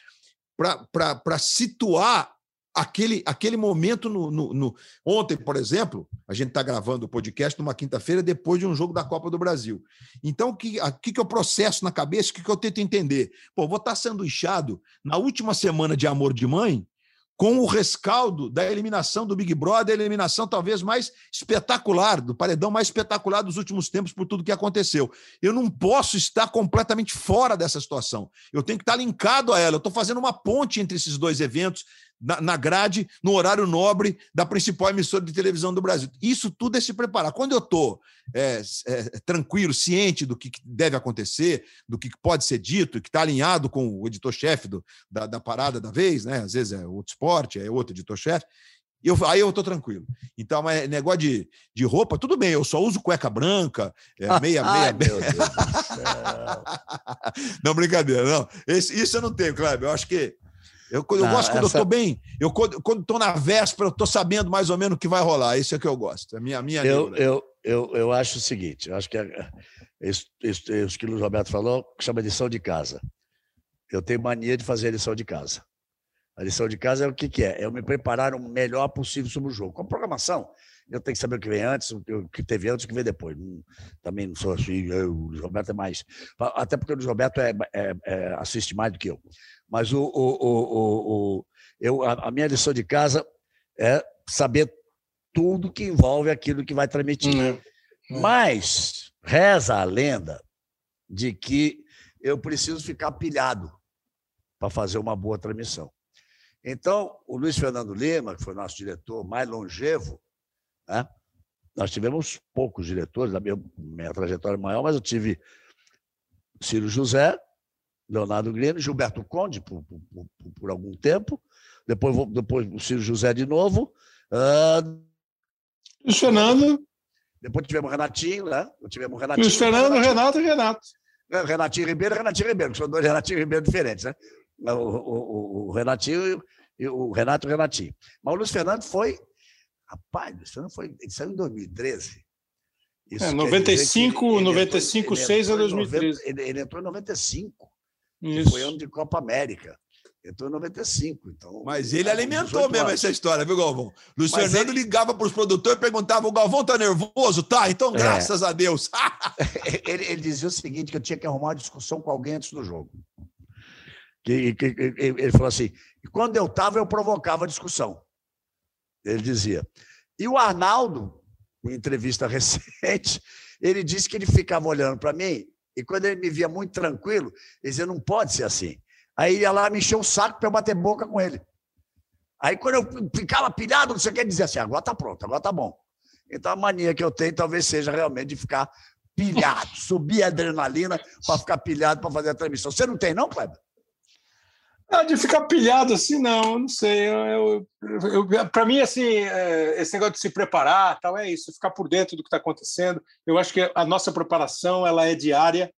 para situar Aquele, aquele momento no, no, no... Ontem, por exemplo, a gente está gravando o podcast numa quinta-feira depois de um jogo da Copa do Brasil. Então, o que, que, que eu processo na cabeça, o que, que eu tento entender? Pô, vou estar sanduichado na última semana de Amor de Mãe com o rescaldo da eliminação do Big Brother, a eliminação talvez mais espetacular, do paredão mais espetacular dos últimos tempos por tudo que aconteceu. Eu não posso estar completamente fora dessa situação. Eu tenho que estar linkado a ela. Eu estou fazendo uma ponte entre esses dois eventos, na, na grade, no horário nobre da principal emissora de televisão do Brasil. Isso tudo é se preparar. Quando eu estou é, é, tranquilo, ciente do que deve acontecer, do que pode ser dito, que está alinhado com o editor-chefe do, da, da parada da vez, né? Às vezes é outro esporte, é outro editor-chefe, eu, aí eu estou tranquilo. Então, mas negócio de, de roupa, tudo bem, eu só uso cueca branca, é, meia, meia, Ai, meia. Meu Deus do céu. Não, brincadeira, não. Esse, isso eu não tenho, Kleber. Eu acho que Eu, eu não, gosto quando essa... eu estou bem, eu, quando estou na véspera, eu estou sabendo mais ou menos o que vai rolar. Isso é que eu gosto. É a minha, minha eu, eu, eu, eu acho o seguinte: eu acho que é, isso, isso, isso que o Luiz Roberto falou chama lição de casa. Eu tenho mania de fazer a lição de casa. A lição de casa é o que, que é? É eu me preparar o melhor possível sobre o jogo. Com a programação, eu tenho que saber o que vem antes, o que teve antes, o que vem depois. Também não sou assim, eu, o Luiz Roberto é mais. Até porque o Luiz Roberto é, é, é, assiste mais do que eu. Mas o, o, o, o, eu, a, a minha lição de casa é saber tudo que envolve aquilo que vai transmitir. Uhum. Mas reza a lenda de que eu preciso ficar pilhado para fazer uma boa transmissão. Então, o Luiz Fernando Lima, que foi nosso diretor mais longevo, né? Nós tivemos poucos diretores, a minha, minha trajetória maior, mas eu tive Ciro José, Leonardo Grino, Gilberto Conde, por, por, por, por algum tempo, depois, depois o Ciro José de novo. Uh... Luiz Fernando. Depois tivemos o Renatinho, né? Tivemos o Renatinho. Luiz Fernando, Renato e Renato. Renatinho Ribeiro e Renatinho Ribeiro, que são dois Renatinho Ribeiro diferentes, né? O, o, o Renatinho e o Renato e o Renatinho. Mas o Luiz Fernando foi. Rapaz, o Luiz Fernando foi. Ele saiu em dois mil e treze. Isso é, noventa e cinco, noventa e cinco, seis a dois mil e treze. Ele, ele entrou em noventa e cinco. Que foi ano de Copa América. Entrou em noventa e cinco. Então, mas ele alimentou mesmo anos. Essa história, viu, Galvão? Luiz mas Fernando ele... ligava para os produtores e perguntava: o Galvão tá nervoso? Tá, então graças é. a Deus. ele, ele dizia o seguinte: que eu tinha que arrumar uma discussão com alguém antes do jogo. Que, que, que, ele falou assim: e quando eu estava, eu provocava a discussão. Ele dizia. E o Arnaldo, em entrevista recente, ele disse que ele ficava olhando para mim, e quando ele me via muito tranquilo, ele dizia: não pode ser assim. Aí ia lá me encher o saco para eu bater boca com ele. Aí quando eu ficava pilhado, não sei o que, ele dizia assim: agora tá pronto, agora tá bom. Então a mania que eu tenho talvez seja realmente de ficar pilhado, subir a adrenalina para ficar pilhado para fazer a transmissão. Você não tem, não, Kleber? Não, de ficar pilhado assim, não, não sei. Eu, eu, eu, para mim, assim, é, esse negócio de se preparar, tal, é isso, ficar por dentro do que está acontecendo. Eu acho que a nossa preparação ela é diária,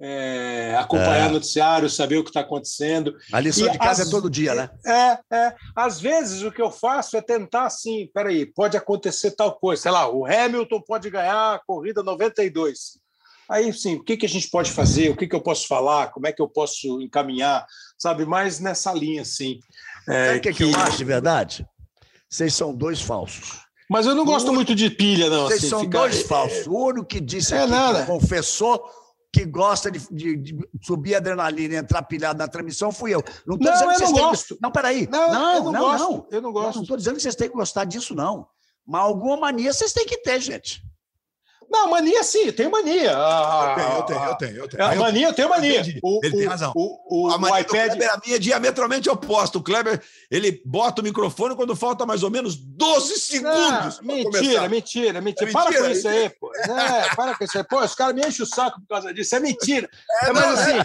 é, acompanhar é. noticiário, saber o que está acontecendo. A lição e de casa as, é todo dia, né? É, é. Às vezes o que eu faço é tentar assim, peraí, pode acontecer tal coisa, sei lá, o Hamilton pode ganhar a corrida noventa e dois. Aí, sim, o que, que a gente pode fazer? O que, que eu posso falar? Como é que eu posso encaminhar? Sabe, mais nessa linha, assim. É, Sabe o que, que eu acho de verdade? Vocês são dois falsos. Mas eu não gosto único... muito de pilha, não. Vocês assim, são fica... dois falsos. O único que disse é aqui, nada. que confessou que gosta de, de, de subir a adrenalina e entrar pilhado na transmissão fui eu. Não estou dizendo que vocês não têm gosto. Que... Não, peraí. Não, não, eu não, não, gosto. não. Eu não gosto. Não estou dizendo que vocês têm que gostar disso, não. Mas alguma mania vocês têm que ter, gente. Não, mania sim, eu tenho mania. Eu tenho, eu tenho, eu tenho. Eu tenho. A mania, eu tenho mania. O, ele o, tem razão. O, o, a mania o iPad... do Kleber, a minha é diametralmente oposta. O Kleber, ele bota o microfone quando falta mais ou menos doze segundos. Não, mentira, mentira, mentira. É para mentira, com isso aí, pô. É, para com isso aí. Pô, os caras me enchem o saco por causa disso. É mentira. É, é mas assim...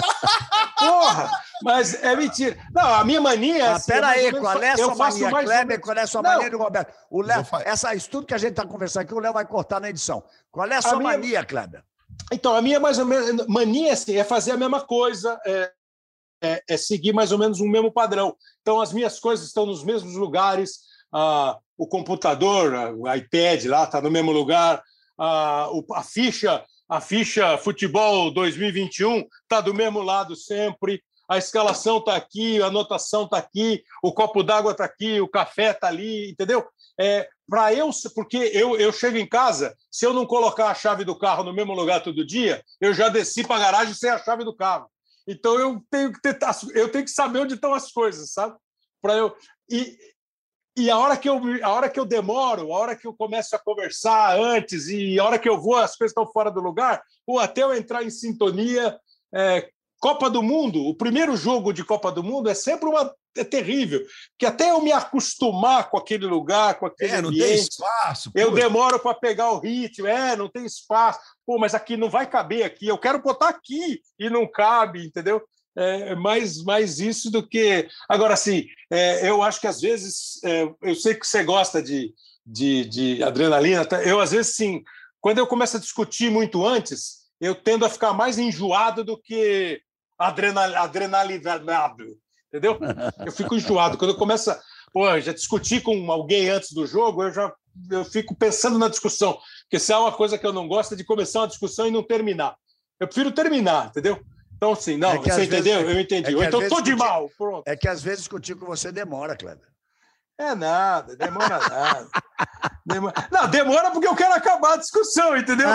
Porra, mas é mentira. Não, a minha mania... Ah, assim, peraí, qual é a sua mania, Kleber? Qual é a sua não. mania do Roberto? O Léo, essa, isso tudo que a gente está conversando aqui, o Léo vai cortar na edição. Qual é a sua a mania, minha... Kleber? Então, a minha mais ou menos... Mania, assim, é fazer a mesma coisa, é, é, é seguir mais ou menos um mesmo padrão. Então, as minhas coisas estão nos mesmos lugares, ah, o computador, o iPad lá está no mesmo lugar, ah, a ficha... A ficha Futebol dois mil e vinte e um está do mesmo lado sempre, a escalação está aqui, a anotação está aqui, o copo d'água está aqui, o café está ali, entendeu? É, para eu, porque eu, eu chego em casa, se eu não colocar a chave do carro no mesmo lugar todo dia, eu já desci para a garagem sem a chave do carro. Então eu tenho que tentar, eu tenho que saber onde estão as coisas, sabe? Para eu e E a hora, que eu, a hora que eu demoro, a hora que eu começo a conversar antes e a hora que eu vou, as coisas estão fora do lugar, ou até eu entrar em sintonia. É, Copa do Mundo, o primeiro jogo de Copa do Mundo é sempre uma, é terrível, que até eu me acostumar com aquele lugar, com aquele é, não ambiente, tem espaço. Eu pô. demoro para pegar o ritmo, é, não tem espaço. Pô, mas aqui não vai caber aqui, eu quero botar aqui e não cabe, entendeu? É mais, mais isso do que... Agora, assim, é, eu acho que às vezes... É, eu sei que você gosta de, de, de adrenalina. Eu, às vezes, sim, quando eu começo a discutir muito antes, eu tendo a ficar mais enjoado do que adrenal, adrenalinado, entendeu? Eu fico enjoado. Quando eu começo a pô, já discutir com alguém antes do jogo, eu já eu fico pensando na discussão. Porque se há uma coisa que eu não gosto é de começar uma discussão e não terminar. Eu prefiro terminar, entendeu? Então, assim, não, é você entendeu? Vezes, eu entendi. É então, estou de mal. Pronto. É que às vezes discutir com você demora, Kleber. É nada, demora nada. Demora... Não, demora porque eu quero acabar a discussão, entendeu?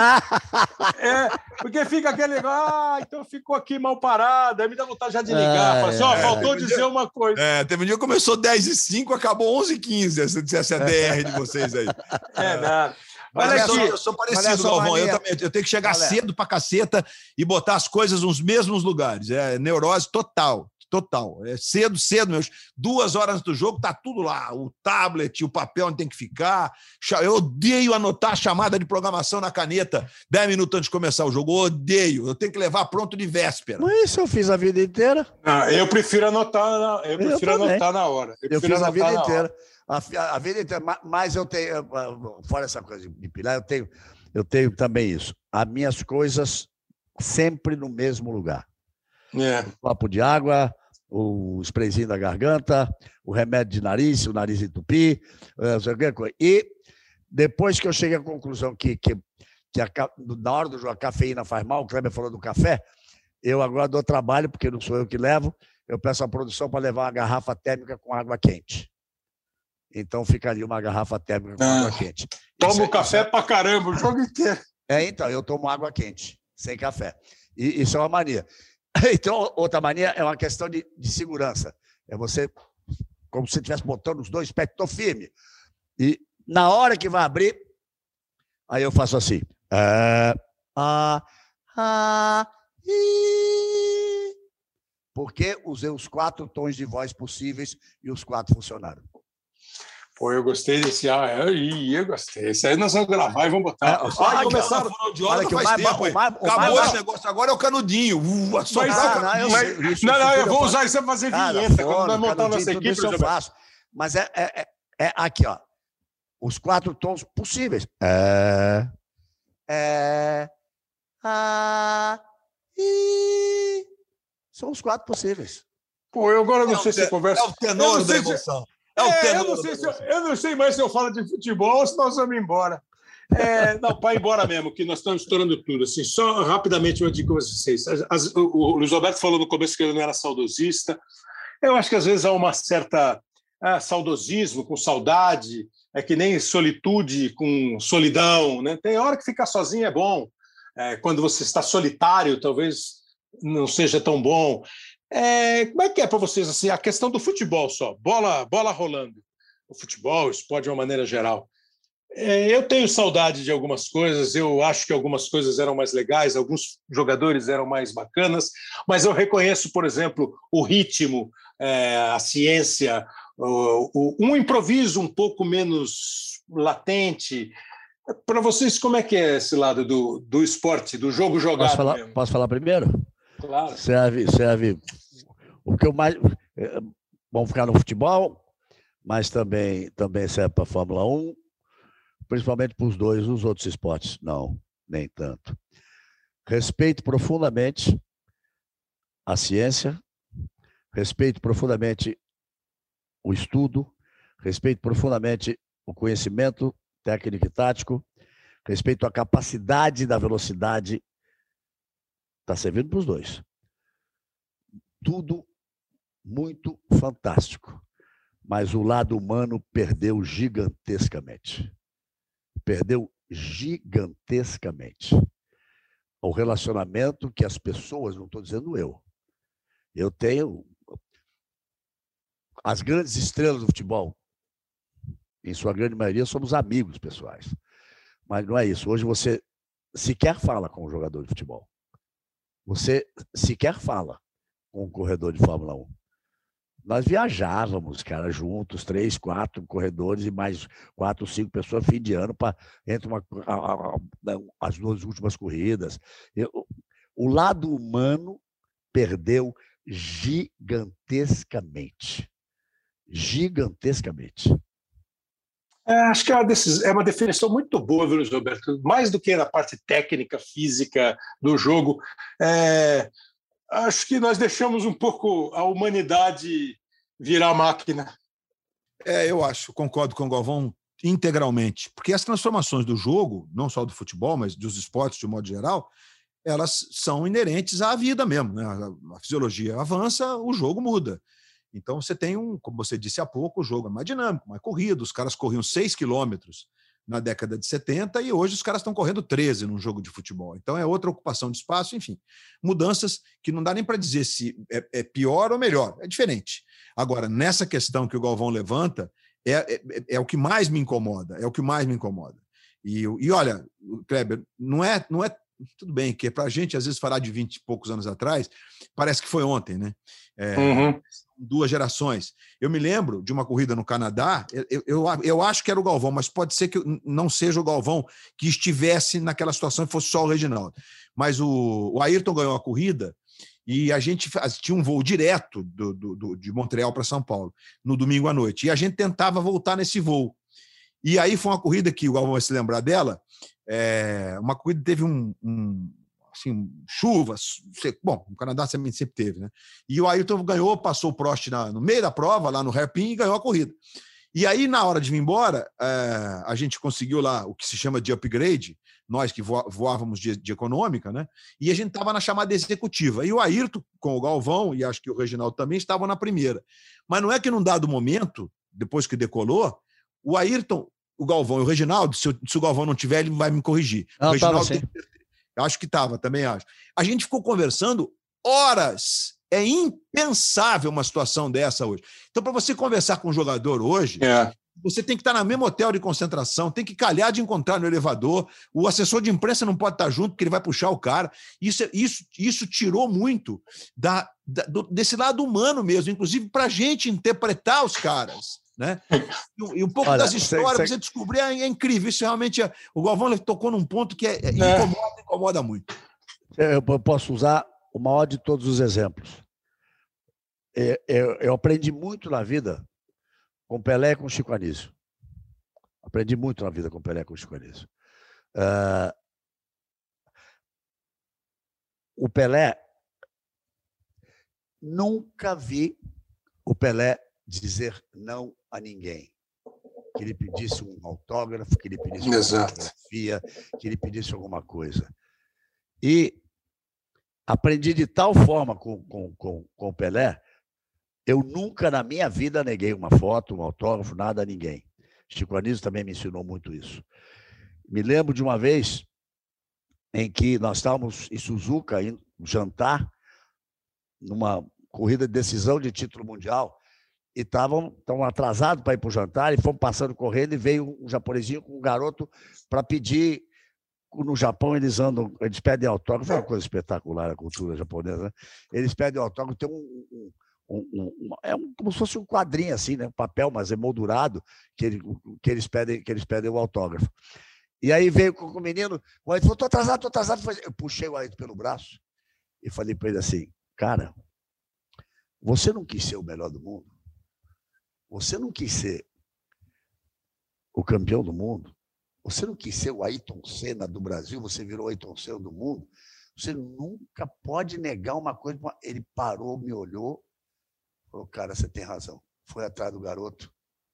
É, porque fica aquele negócio, ah, então ficou aqui mal parado, aí me dá vontade já de ligar. Ah, fala assim, ó, é, faltou dizer dia, uma coisa. É, teve um dia que começou dez e cinco, acabou onze e quinze, essa, essa D R de vocês aí. É nada. Mas eu sou, eu sou parecido, Galvão. Eu, também, eu tenho que chegar Olha. cedo pra caceta e botar as coisas nos mesmos lugares. É neurose total, total. É cedo, cedo, meus. Duas horas antes do jogo, tá tudo lá. O tablet, o papel onde tem que ficar. Eu odeio anotar a chamada de programação na caneta dez minutos antes de começar o jogo. Eu odeio. Eu tenho que levar pronto de véspera. Mas isso eu fiz a vida inteira. Ah, eu prefiro anotar na, eu prefiro eu anotar na hora. Eu, eu fiz a vida inteira. Hora. A, a vida inteira, mas eu tenho, fora essa coisa de pilar, eu tenho, eu tenho também isso. As minhas coisas sempre no mesmo lugar. É. O copo de água, o sprayzinho da garganta, o remédio de nariz, o nariz entupir, e depois que eu cheguei à conclusão que, que, que a, na hora do jogo a cafeína faz mal, o Kleber falou do café, eu agora dou trabalho, porque não sou eu que levo, eu peço à produção para levar uma garrafa térmica com água quente. Então ficaria uma garrafa térmica com ah, água quente. Toma o café é... pra caramba o jogo inteiro. É, então, eu tomo água quente, sem café. E isso é uma mania. Então, outra mania é uma questão de, de segurança. É você, como se estivesse botando os dois pés, estou firme. E na hora que vai abrir, aí eu faço assim. É, ah, ah, e... Porque usei os quatro tons de voz possíveis e os quatro funcionaram. Pô, eu gostei desse. Ah, eu, eu gostei. Esse aí nós vamos gravar e vamos botar. É, só começaram a de hora que faz mais, tempo. O mais, o Acabou mais, esse negócio, agora é o canudinho. Uh, mas, ah, não, mas, isso, não, não, eu vou usar isso para fazer vinheta. Quando nós montar nossa equipe, isso eu faço. Mas é, é, é aqui, ó. Os quatro tons possíveis. É. É. A. I. São os quatro possíveis. Pô, eu agora não sei se conversa. É o tenor da emoção. É o é, eu, não sei se eu, eu não sei mais se eu falo de futebol ou se nós vamos embora. É, não, para ir embora mesmo, que nós estamos estourando tudo. Assim, só rapidamente uma dica para vocês. As, as, o, o Luiz Roberto falou no começo que ele não era saudosista. Eu acho que às vezes há uma certa ah, saudosismo com saudade, é que nem solitude com solidão. Né? Tem hora que ficar sozinho é bom. É, quando você está solitário, talvez não seja tão bom. É, como é que é para vocês assim, a questão do futebol só, bola, bola rolando, o futebol, o esporte de uma maneira geral? É, eu tenho saudade de algumas coisas, eu acho que algumas coisas eram mais legais, alguns jogadores eram mais bacanas, mas eu reconheço, por exemplo, o ritmo, é, a ciência, o, o, um improviso um pouco menos latente. Para vocês, como é que é esse lado do, do esporte, do jogo jogado Posso falar, mesmo? posso falar primeiro? Claro. Serve, serve. O que eu mais. Vamos ficar no futebol, mas também, também serve para a Fórmula um, principalmente para os dois, os outros esportes, não, nem tanto. Respeito profundamente a ciência, respeito profundamente o estudo, respeito profundamente o conhecimento técnico e tático, respeito a capacidade da velocidade, está servindo para os dois. Tudo muito fantástico, mas o lado humano perdeu gigantescamente. Perdeu gigantescamente. O relacionamento que as pessoas, não estou dizendo eu, eu tenho as grandes estrelas do futebol, em sua grande maioria somos amigos pessoais, mas não é isso. Hoje você sequer fala com um jogador de futebol, você sequer fala com um corredor de Fórmula um. Nós viajávamos, cara, juntos, três, quatro corredores e mais quatro, cinco pessoas, fim de ano, pra, entre uma, a, a, a, as duas últimas corridas. Eu, o lado humano perdeu gigantescamente. Gigantescamente. É, acho que é uma, decisão, é uma definição muito boa, viu, Luiz Roberto? Mais do que na parte técnica, física do jogo. É, acho que nós deixamos um pouco a humanidade virar máquina. É, eu acho, concordo com o Galvão integralmente, porque as transformações do jogo, não só do futebol, mas dos esportes de um modo geral, elas são inerentes à vida mesmo, né? A fisiologia avança, o jogo muda. Então você tem um, como você disse há pouco, o jogo é mais dinâmico, mais corrido. Os caras corriam seis quilômetros na década de setenta e hoje os caras estão correndo treze num jogo de futebol. Então é outra ocupação de espaço, enfim. Mudanças que não dá nem para dizer se é, é pior ou melhor, é diferente. Agora, nessa questão que o Galvão levanta, é, é, é o que mais me incomoda, é o que mais me incomoda. E, e olha, Kleber, não é, não é tudo bem, que para a gente, às vezes, falar de vinte e poucos anos atrás, parece que foi ontem, né? É, uhum. Duas gerações. Eu me lembro de uma corrida no Canadá, eu, eu, eu acho que era o Galvão, mas pode ser que não seja o Galvão que estivesse naquela situação e fosse só o Reginaldo. Mas o, o Ayrton ganhou a corrida e a gente faz, tinha um voo direto do, do, do, de Montreal para São Paulo, no domingo à noite, e a gente tentava voltar nesse voo. E aí foi uma corrida que o Galvão vai se lembrar dela, é, uma corrida que teve um, um assim, chuva, bom, o Canadá sempre, sempre teve, né? E o Ayrton ganhou, passou o Prost na, no meio da prova, lá no hairpin, e ganhou a corrida. E aí, na hora de vir embora, é, a gente conseguiu lá o que se chama de upgrade, nós que voávamos de, de econômica, né? E a gente estava na chamada executiva. E o Ayrton, com o Galvão, e acho que o Reginaldo também, estavam na primeira. Mas não é que num dado momento, depois que decolou, o Ayrton, o Galvão e o Reginaldo, se, se o Galvão não tiver, ele vai me corrigir. Não, o Reginaldo tava, tem... Acho que estava, também acho. A gente ficou conversando horas. É impensável uma situação dessa hoje. Então, para você conversar com um jogador hoje, é. você tem que estar no mesmo hotel de concentração, tem que calhar de encontrar no elevador, o assessor de imprensa não pode estar junto, porque ele vai puxar o cara. Isso, isso, isso tirou muito da, da, do, desse lado humano mesmo, inclusive para a gente interpretar os caras. Né? E, e um pouco Olha, das histórias, você, você descobrir, é, é incrível. Isso realmente é, o Galvão tocou num ponto que é, é, incomoda, incomoda muito. Eu posso usar o maior de todos os exemplos. Eu, eu, eu aprendi muito na vida com Pelé e com Chico Anísio. Aprendi muito na vida com Pelé e com Chico Anísio. Uh, o Pelé, nunca vi o Pelé dizer não a ninguém. Que ele pedisse um autógrafo, que ele pedisse uma fotografia, que ele pedisse alguma coisa. E aprendi de tal forma com, com, com, com o Pelé, eu nunca na minha vida neguei uma foto, um autógrafo, nada a ninguém. Chico Anísio também me ensinou muito isso. Me lembro de uma vez em que nós estávamos em Suzuka, indo jantar, numa corrida de decisão de título mundial, e estavam atrasados para ir para o jantar, e fomos passando correndo, e veio um japonesinho com um garoto para pedir. No Japão, eles andam, eles pedem autógrafo, é uma coisa espetacular a cultura japonesa, né? Eles pedem autógrafo, tem um, um, um, um é um, como se fosse um quadrinho assim, né? Um papel, mas emoldurado, que, ele, que, eles pedem, que eles pedem o autógrafo. E aí veio com o menino, o Ayrton falou, estou atrasado, estou atrasado. Eu puxei o Ayrton pelo braço e falei para ele assim, cara, você não quis ser o melhor do mundo? Você não quis ser o campeão do mundo? Você não quis ser o Ayrton Senna do Brasil, você virou o Ayrton Senna do mundo? Você nunca pode negar uma coisa. Ele parou, me olhou, falou, cara, você tem razão. Foi atrás do garoto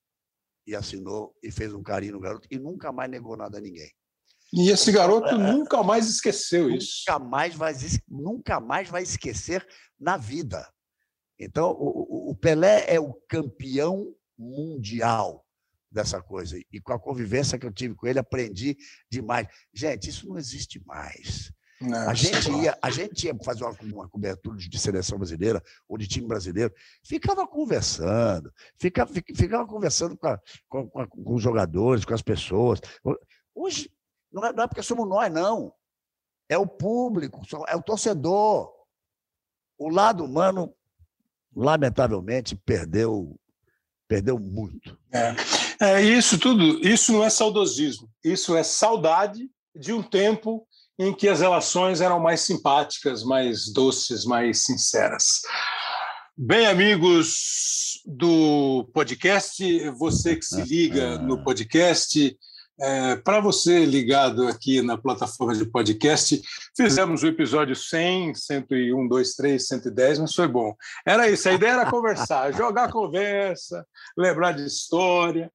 e assinou e fez um carinho no garoto e nunca mais negou nada a ninguém. E esse garoto é, nunca mais esqueceu nunca isso. Mais vai, nunca mais vai esquecer na vida. Então, o, o Pelé é o campeão mundial dessa coisa. E com a convivência que eu tive com ele, aprendi demais. Gente, isso não existe mais. Não, a, gente ia, a gente ia fazer uma, uma cobertura de seleção brasileira ou de time brasileiro, ficava conversando, ficava, ficava conversando com, a, com, com, a, com os jogadores, com as pessoas. Hoje, não é, não é porque somos nós, não. É o público, é o torcedor. O lado humano, lamentavelmente, perdeu, perdeu muito. É. É, isso tudo, isso não é saudosismo, isso é saudade de um tempo em que as relações eram mais simpáticas, mais doces, mais sinceras. Bem, amigos do podcast, você que se liga no podcast, é, para você ligado aqui na plataforma de podcast, fizemos o episódio cem, cento e um, dois, três, cento e dez, mas foi bom. Era isso, a ideia era conversar, jogar conversa, lembrar de história.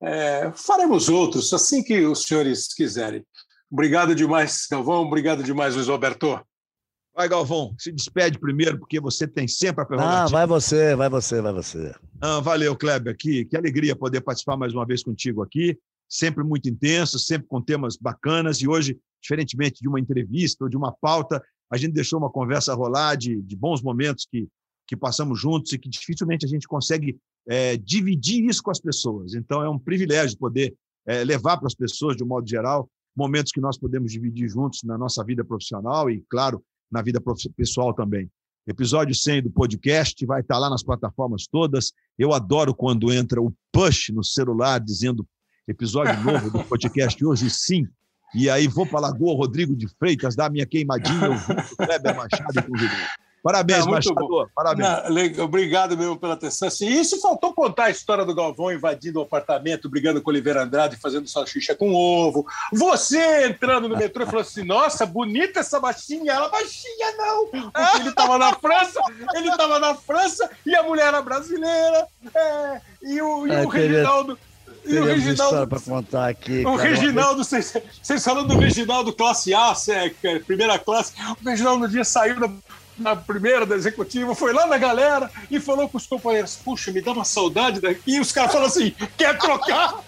É, faremos outros, assim que os senhores quiserem. Obrigado demais, Galvão. Obrigado demais, Luiz Roberto. Vai, Galvão, se despede primeiro, porque você tem sempre a prerrogativa. Ah, vai você, vai você, vai você. Ah, valeu, Kleber. Que, que alegria poder participar mais uma vez contigo aqui. Sempre muito intenso, sempre com temas bacanas. E hoje, diferentemente de uma entrevista ou de uma pauta, a gente deixou uma conversa rolar de, de bons momentos que, que passamos juntos e que dificilmente a gente consegue é, dividir isso com as pessoas. Então, é um privilégio poder é, levar para as pessoas, de um modo geral, momentos que nós podemos dividir juntos na nossa vida profissional e, claro, na vida pessoal também. Episódio cem do podcast vai estar lá nas plataformas todas. Eu adoro quando entra o push no celular dizendo episódio novo do podcast hoje sim. E aí vou para a Lagoa Rodrigo de Freitas, dar a minha queimadinha, eu vou o Kleber Machado e convidou. Parabéns, não, Machado. Parabéns. Não, obrigado mesmo pela atenção. Assim, isso faltou contar a história do Galvão invadindo o apartamento, brigando com o Oliveira Andrade, fazendo salsicha com ovo. Você entrando no metrô e falou assim, nossa, bonita essa baixinha. Ela, baixinha não, porque ele estava na França, ele estava na França e a mulher era brasileira. É, e o, e Ai, o Reginaldo... E o Reginaldo para contar aqui. O cara, Reginaldo, vocês, vocês falando do Reginaldo classe A, é, primeira classe, o Reginaldo no dia saiu na, na primeira da executiva, foi lá na galera e falou com os companheiros, puxa, me dá uma saudade daqui, e os caras falam assim, quer trocar?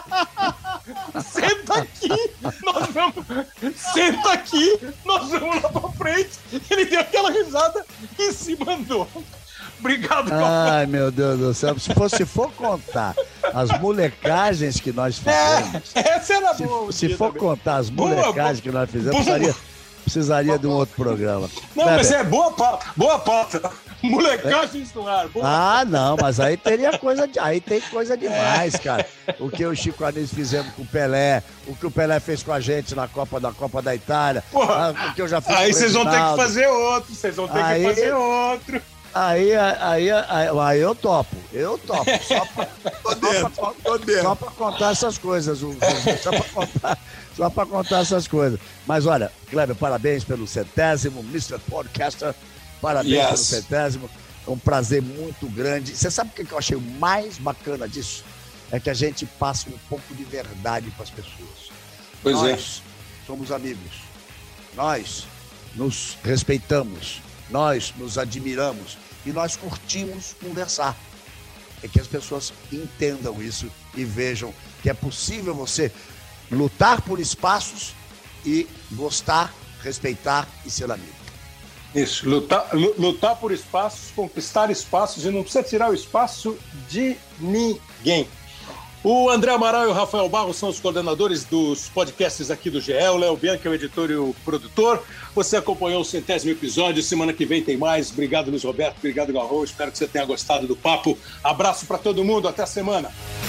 Senta aqui, nós vamos, senta aqui, nós vamos lá pra frente. Ele deu aquela risada e se mandou. Obrigado, Ai, meu Deus do céu. Se for, se for contar as molecagens que nós fizemos... É, essa era boa. Se, se for também. Contar as molecagens boa, que nós fizemos, precisaria, precisaria boa, de um outro programa. Não, Kleber, mas é boa pauta. Boa pauta. Molecagens no ar. Boa. Ah, não, mas aí teria coisa... De, aí tem coisa demais, cara. O que o Chico Anísio fizemos com o Pelé, o que o Pelé fez com a gente na Copa da, Copa da Itália, Porra, o que eu já fiz aí vocês vão ter que fazer outro, vocês vão ter aí, que fazer outro. Aí, aí, aí, aí eu topo, eu topo. Só pra, tô dentro, só pra, tô dentro. Só pra contar essas coisas, só pra contar, só pra contar essas coisas. Mas olha, Kleber, parabéns pelo centésimo, mister Podcaster, parabéns yes. pelo centésimo. É um prazer muito grande. Você sabe o que eu achei o mais bacana disso? É que a gente passa um pouco de verdade para as pessoas. Pois Nós é. somos amigos. Nós nos respeitamos. Nós nos admiramos. E nós curtimos conversar. É que as pessoas entendam isso e vejam que é possível você lutar por espaços e gostar, respeitar e ser amigo. Isso, lutar, lutar por espaços, conquistar espaços e não precisa tirar o espaço de ninguém. O André Amaral e o Rafael Barros são os coordenadores dos podcasts aqui do G E. O Léo Bianchi é o editor e o produtor. Você acompanhou o centésimo episódio. Semana que vem tem mais. Obrigado, Luiz Roberto. Obrigado, Galrão. Espero que você tenha gostado do papo. Abraço para todo mundo. Até a semana.